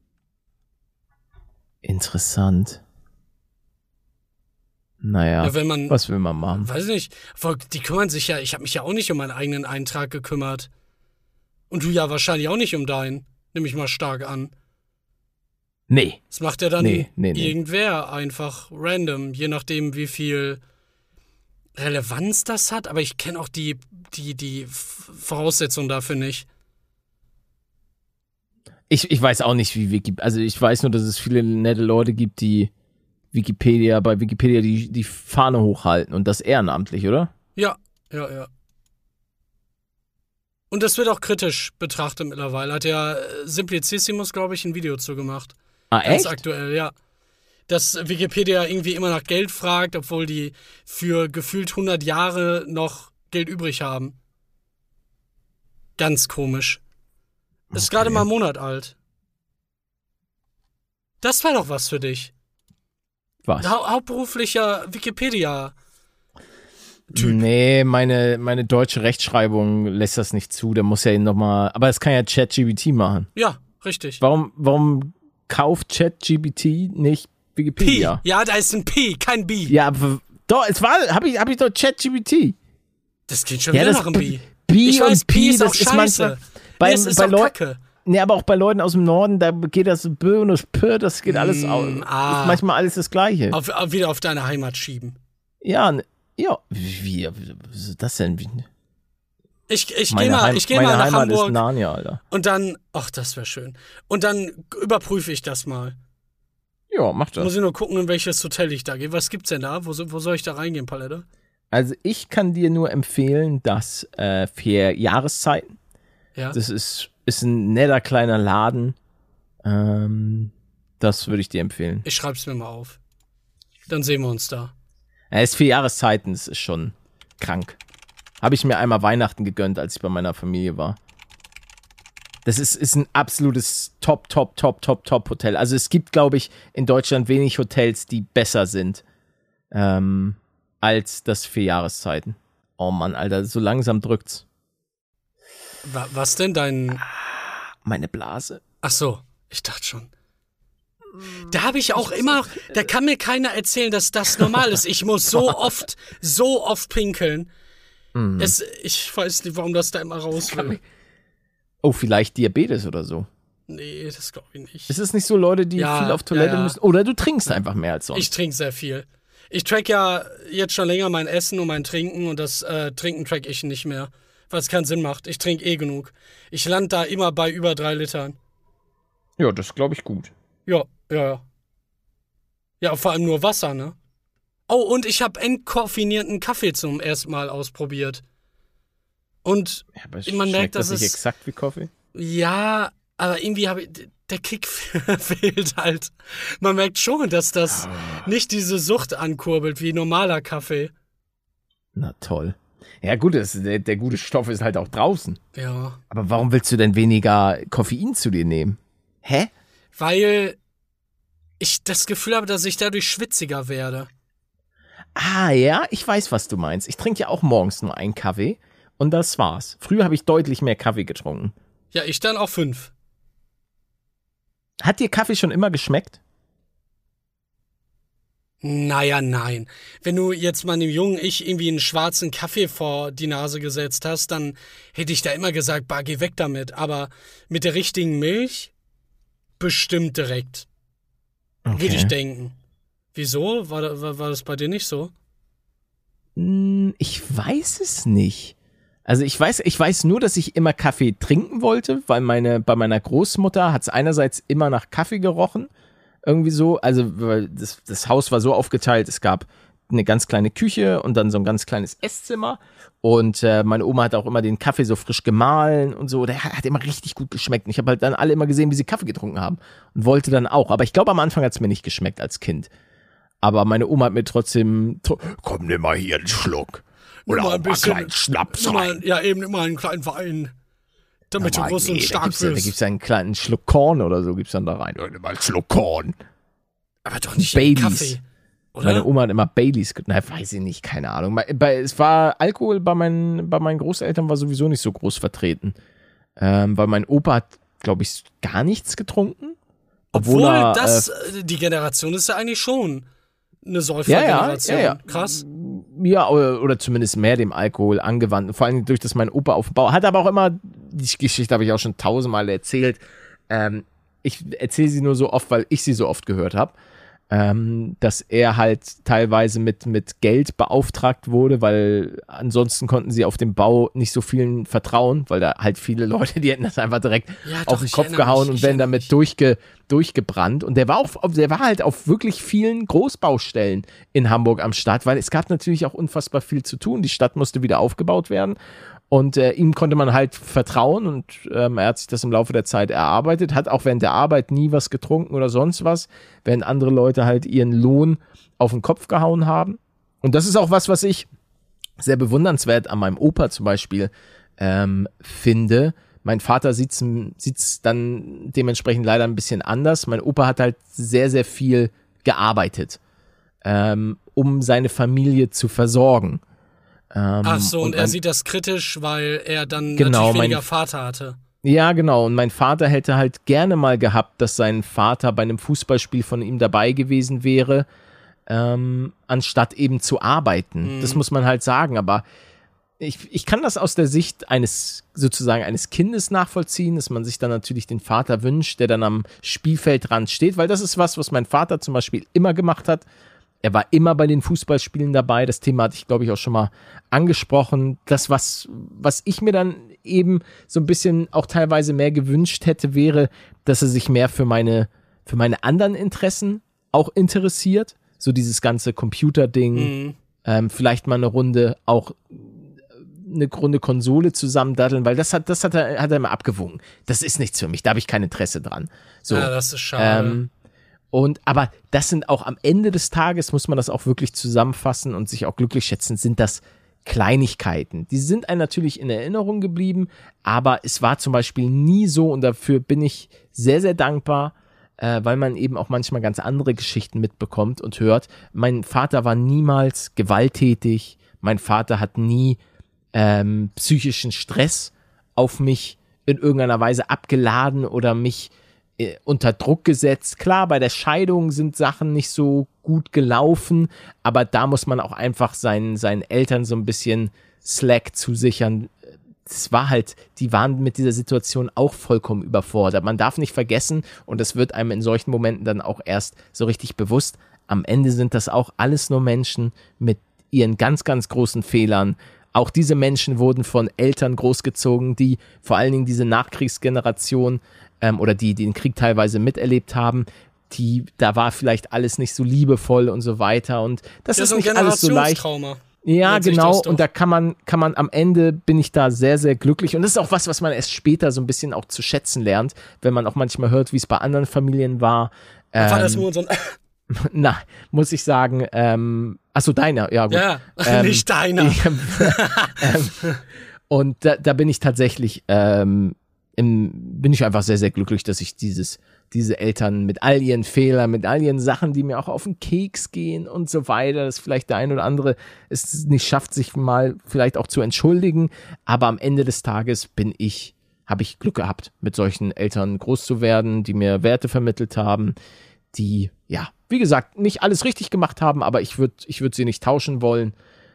Interessant. Naja,
Ja, wenn man,
was will man machen?
weiß nicht, die kümmern sich ja, ich habe mich ja auch nicht um meinen eigenen Eintrag gekümmert. Und du ja wahrscheinlich auch nicht um deinen, nehme ich mal stark an.
Nee.
Das macht ja dann
Nee.
irgendwer einfach random, je nachdem, wie viel Relevanz das hat. Aber ich kenne auch die Voraussetzungen dafür nicht.
Ich weiß auch nicht, wie also ich weiß nur, dass es viele nette Leute gibt, die bei Wikipedia die Fahne hochhalten und das ehrenamtlich, oder?
Ja. Und das wird auch kritisch betrachtet mittlerweile. Hat ja Simplicissimus, glaube ich, ein Video zu gemacht.
Ah,
Ganz
echt?
aktuell, ja. Dass Wikipedia irgendwie immer nach Geld fragt, obwohl die für gefühlt 100 Jahre noch Geld übrig haben. Ganz komisch. Ist gerade mal einen Monat alt. Das wäre doch was für dich.
Was?
Hauptberuflicher Wikipedia. Typ.
Nee, meine deutsche Rechtschreibung lässt das nicht zu. Der muss ja nochmal. Aber das kann ja ChatGPT machen.
Ja, richtig.
Warum kauft ChatGPT nicht
P.
Wikipedia?
Ja, da ist ein P, kein B.
Ja, aber doch, hab ich doch ChatGPT.
Das klingt schon wieder nach einem B.
B
Ich weiß,
und
P ist
das
auch
ist
scheiße.
manchmal
Das ist
bei
auch
Leuten.
Kacke.
Nee, aber auch bei Leuten aus dem Norden, da geht das B und das P, das geht alles ist manchmal alles das Gleiche.
Wieder auf deine Heimat schieben.
Ja, wie ist das denn?
Ich gehe
Meine
mal nach
Heimat
Hamburg
ist Narnia, Alter.
und dann, ach, das wäre schön. Und dann überprüfe ich das mal.
Ja, mach das.
Muss ich nur gucken, in welches Hotel ich da gehe. Was gibt's denn da? Wo soll ich da reingehen, Palette?
Also ich kann dir nur empfehlen, dass für Jahreszeiten,
Ja.
das ist ein netter kleiner Laden, das würde ich dir empfehlen.
Ich schreib's mir mal auf. Dann sehen wir uns da.
Es ist 4 Jahreszeiten, das ist schon krank. Habe ich mir einmal Weihnachten gegönnt, als ich bei meiner Familie war. Das ist ein absolutes Top Hotel. Also es gibt, glaube ich, in Deutschland wenig Hotels, die besser sind als das 4 Jahreszeiten. Oh Mann, Alter, so langsam drückt's.
Was denn
Meine Blase.
Ach so, ich dachte schon. Da habe ich auch immer, da kann mir keiner erzählen, dass das normal ist. Ich muss so oft pinkeln. Ich weiß nicht, warum das da immer raus will.
Oh, vielleicht Diabetes oder so.
Nee, das glaube ich nicht.
Ist es nicht so Leute, die viel auf Toilette müssen? Oder du trinkst einfach mehr als sonst.
Ich trinke sehr viel. Ich track ja jetzt schon länger mein Essen und mein Trinken und das Trinken track ich nicht mehr, weil es keinen Sinn macht. Ich trinke genug. Ich lande da immer bei über 3 Litern.
Ja, das glaube ich gut.
Ja. Ja, vor allem nur Wasser, ne? Oh, und ich habe entkoffinierten Kaffee zum ersten Mal ausprobiert. Und
Ja, aber
man merkt, dass
das nicht
es...
exakt wie Kaffee?
Ja, aber irgendwie der Kick fehlt halt. Man merkt schon, dass das nicht diese Sucht ankurbelt wie normaler Kaffee.
Na toll. Ja gut, der gute Stoff ist halt auch draußen.
Ja.
Aber warum willst du denn weniger Koffein zu dir nehmen? Hä?
Weil ich das Gefühl habe, dass ich dadurch schwitziger werde.
Ah ja, ich weiß, was du meinst. Ich trinke ja auch morgens nur einen Kaffee und das war's. Früher habe ich deutlich mehr Kaffee getrunken.
Ja, ich dann auch 5.
Hat dir Kaffee schon immer geschmeckt?
Naja, nein. Wenn du jetzt meinem jungen Ich irgendwie einen schwarzen Kaffee vor die Nase gesetzt hast, dann hätte ich da immer gesagt, bah, geh weg damit. Aber mit der richtigen Milch bestimmt direkt.
Okay.
Würde ich denken. Wieso? War das bei dir nicht so?
Ich weiß es nicht. Also ich weiß nur, dass ich immer Kaffee trinken wollte, weil bei meiner Großmutter hat es einerseits immer nach Kaffee gerochen, irgendwie so, also weil das Haus war so aufgeteilt, es gab eine ganz kleine Küche und dann so ein ganz kleines Esszimmer und meine Oma hat auch immer den Kaffee so frisch gemahlen und so, der hat immer richtig gut geschmeckt und ich habe halt dann alle immer gesehen, wie sie Kaffee getrunken haben und wollte dann auch, aber ich glaube am Anfang hat es mir nicht geschmeckt als Kind, aber meine Oma hat mir trotzdem, komm, nimm mal hier einen Schluck. Oder
Nimm mal
auch mal einen kleinen Schnaps rein.
Nimm mal einen kleinen Wein. Damit du groß und stark
Da
wirst.
gibt's einen kleinen Schluck Korn oder so, gibt's dann da rein. Ja, nimm mal einen Schluck Korn.
Aber doch nicht
Baileys.
Kaffee. Oder?
Meine Oma hat immer Baileys weiß ich nicht, keine Ahnung. Es war Alkohol bei meinen Großeltern war sowieso nicht so groß vertreten. Weil mein Opa hat, glaube ich, gar nichts getrunken.
Obwohl die Generation ist ja eigentlich schon eine Säufergeneration.
Ja.
Krass.
Ja, oder zumindest mehr dem Alkohol angewandt. Vor allem durch das mein Opa auf dem Bau hat, aber auch immer, die Geschichte habe ich auch schon 1000-mal erzählt. Ich erzähle sie nur so oft, weil ich sie so oft gehört habe. Dass er halt teilweise mit Geld beauftragt wurde, weil ansonsten konnten sie auf dem Bau nicht so vielen vertrauen, weil da halt viele Leute, die hätten das einfach direkt auf den Kopf gehauen und wären damit durchgebrannt. Und der war halt auf wirklich vielen Großbaustellen in Hamburg am Start, weil es gab natürlich auch unfassbar viel zu tun. Die Stadt musste wieder aufgebaut werden. Und ihm konnte man halt vertrauen und er hat sich das im Laufe der Zeit erarbeitet, hat auch während der Arbeit nie was getrunken oder sonst was, während andere Leute halt ihren Lohn auf den Kopf gehauen haben. Und das ist auch was ich sehr bewundernswert an meinem Opa zum Beispiel finde. Mein Vater sieht's dann dementsprechend leider ein bisschen anders. Mein Opa hat halt sehr, sehr viel gearbeitet, um seine Familie zu versorgen.
Ach so, und er sieht das kritisch, weil er dann
Genau,
natürlich weniger Vater hatte.
Ja, genau. Und mein Vater hätte halt gerne mal gehabt, dass sein Vater bei einem Fußballspiel von ihm dabei gewesen wäre, anstatt eben zu arbeiten. Das muss man halt sagen. Aber ich kann das aus der Sicht eines Kindes nachvollziehen, dass man sich dann natürlich den Vater wünscht, der dann am Spielfeldrand steht, weil das ist was mein Vater zum Beispiel immer gemacht hat. Er war immer bei den Fußballspielen dabei. Das Thema hatte ich, glaube ich, auch schon mal angesprochen. Das, was ich mir dann eben so ein bisschen auch teilweise mehr gewünscht hätte, wäre, dass er sich mehr für meine anderen Interessen auch interessiert. So dieses ganze Computerding, vielleicht mal eine Runde Konsole zusammen daddeln, weil das hat er immer abgewogen. Das ist nichts für mich, da habe ich kein Interesse dran. So,
ja, das ist schade.
Aber das sind auch am Ende des Tages, muss man das auch wirklich zusammenfassen und sich auch glücklich schätzen, sind das Kleinigkeiten. Die sind einem natürlich in Erinnerung geblieben, aber es war zum Beispiel nie so, und dafür bin ich sehr, sehr dankbar, weil man eben auch manchmal ganz andere Geschichten mitbekommt und hört. Mein Vater war niemals gewalttätig, mein Vater hat nie psychischen Stress auf mich in irgendeiner Weise abgeladen oder mich unter Druck gesetzt. Klar, bei der Scheidung sind Sachen nicht so gut gelaufen, aber da muss man auch einfach seinen Eltern so ein bisschen Slack zusichern. Es war halt, die waren mit dieser Situation auch vollkommen überfordert. Man darf nicht vergessen, und das wird einem in solchen Momenten dann auch erst so richtig bewusst, am Ende sind das auch alles nur Menschen mit ihren ganz, ganz großen Fehlern. Auch diese Menschen wurden von Eltern großgezogen, die vor allen Dingen diese Nachkriegsgeneration oder die den Krieg teilweise miterlebt haben, da war vielleicht alles nicht so liebevoll und so weiter, und das ist nicht alles so leicht. Ja, genau, und da kann man am Ende, bin ich da sehr, sehr glücklich, und das ist auch was man erst später so ein bisschen auch zu schätzen lernt, wenn man auch manchmal hört, wie es bei anderen Familien war.
War das nur so ein
Na, muss ich sagen, achso, deiner, ja gut.
Ja, nicht deiner.
Und da bin ich tatsächlich, bin ich einfach sehr, sehr glücklich, dass ich diese Eltern mit all ihren Fehlern, mit all ihren Sachen, die mir auch auf den Keks gehen und so weiter, dass vielleicht der ein oder andere es nicht schafft, sich mal vielleicht auch zu entschuldigen, aber am Ende des Tages habe ich Glück gehabt, mit solchen Eltern groß zu werden, die mir Werte vermittelt haben, die, ja, wie gesagt, nicht alles richtig gemacht haben, aber ich würd sie nicht tauschen wollen,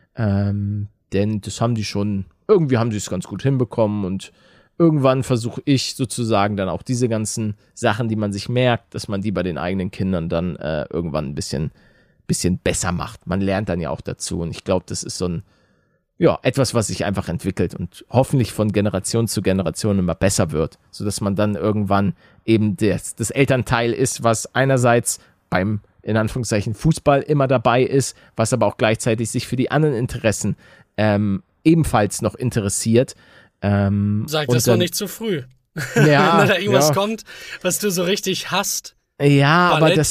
denn das haben die schon, irgendwie haben sie es ganz gut hinbekommen, und irgendwann versuche ich sozusagen dann auch diese ganzen Sachen, die man sich merkt, dass man die bei den eigenen Kindern dann irgendwann ein bisschen besser macht. Man lernt dann ja auch dazu, und ich glaube, das ist so etwas, was sich einfach entwickelt und hoffentlich von Generation zu Generation immer besser wird, sodass man dann irgendwann eben das Elternteil ist, was einerseits beim, in Anführungszeichen, Fußball immer dabei ist, was aber auch gleichzeitig sich für die anderen Interessen ebenfalls noch interessiert.
Sag das doch nicht zu früh.
Ja,
wenn da irgendwas kommt, was du so richtig hasst.
Ja,
Ballett.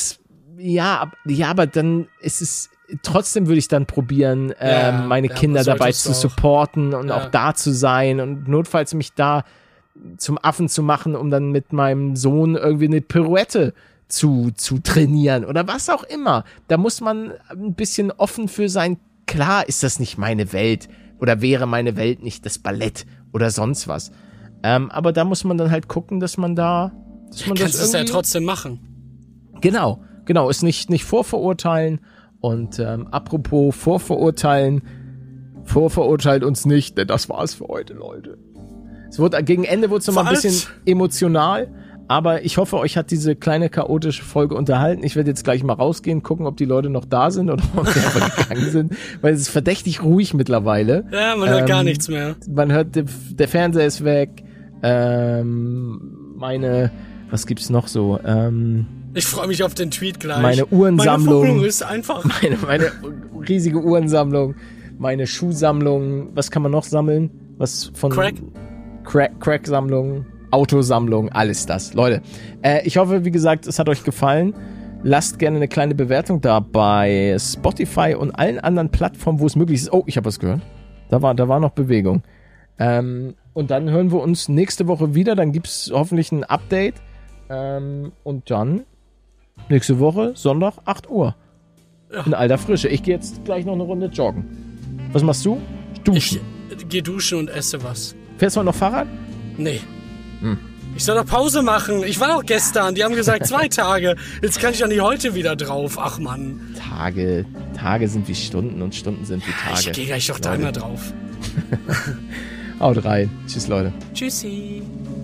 aber dann ist es, trotzdem würde ich dann probieren, meine Kinder dabei zu supporten und auch da zu sein und notfalls mich da zum Affen zu machen, um dann mit meinem Sohn irgendwie eine Pirouette zu trainieren oder was auch immer. Da muss man ein bisschen offen für sein. Klar ist das nicht meine Welt oder wäre meine Welt nicht das Ballett oder sonst was. Aber da muss man dann halt gucken, dass man das irgendwie...
Kannst es ja trotzdem machen.
Genau, ist nicht vorverurteilen. Und apropos vorverurteilen, vorverurteilt uns nicht, denn das war's für heute, Leute. Gegen Ende wurde es nochmal ein bisschen emotional, aber ich hoffe, euch hat diese kleine chaotische Folge unterhalten. Ich werde jetzt gleich mal rausgehen, gucken, ob die Leute noch da sind oder ob die einfach gegangen sind, weil es ist verdächtig ruhig mittlerweile.
Ja, man hört gar nichts mehr.
Man hört, der Fernseher ist weg, was gibt's noch so,
ich freue mich auf den Tweet gleich.
Meine Uhrensammlung.
Meine Wohnung ist einfach...
Meine riesige Uhrensammlung, meine Schuhsammlung, was kann man noch sammeln? Was von... Crack-Sammlung, Autosammlung, alles das. Leute, ich hoffe, wie gesagt, es hat euch gefallen. Lasst gerne eine kleine Bewertung da bei Spotify und allen anderen Plattformen, wo es möglich ist. Oh, ich habe was gehört. Da war noch Bewegung. Und dann hören wir uns nächste Woche wieder. Dann gibt es hoffentlich ein Update. Und dann nächste Woche, Sonntag, 8 Uhr. Ja. In alter Frische. Ich gehe jetzt gleich noch eine Runde joggen. Was machst du? Duschen.
Ich geh duschen und esse was.
Fährst du noch Fahrrad?
Nee. Ich soll doch Pause machen. Ich war doch gestern. Die haben gesagt 2 Tage. Jetzt kann ich doch nicht heute wieder drauf. Ach Mann.
Tage sind wie Stunden und Stunden sind wie Tage.
Ich gehe gleich doch da immer drauf.
Haut rein. Tschüss, Leute.
Tschüssi.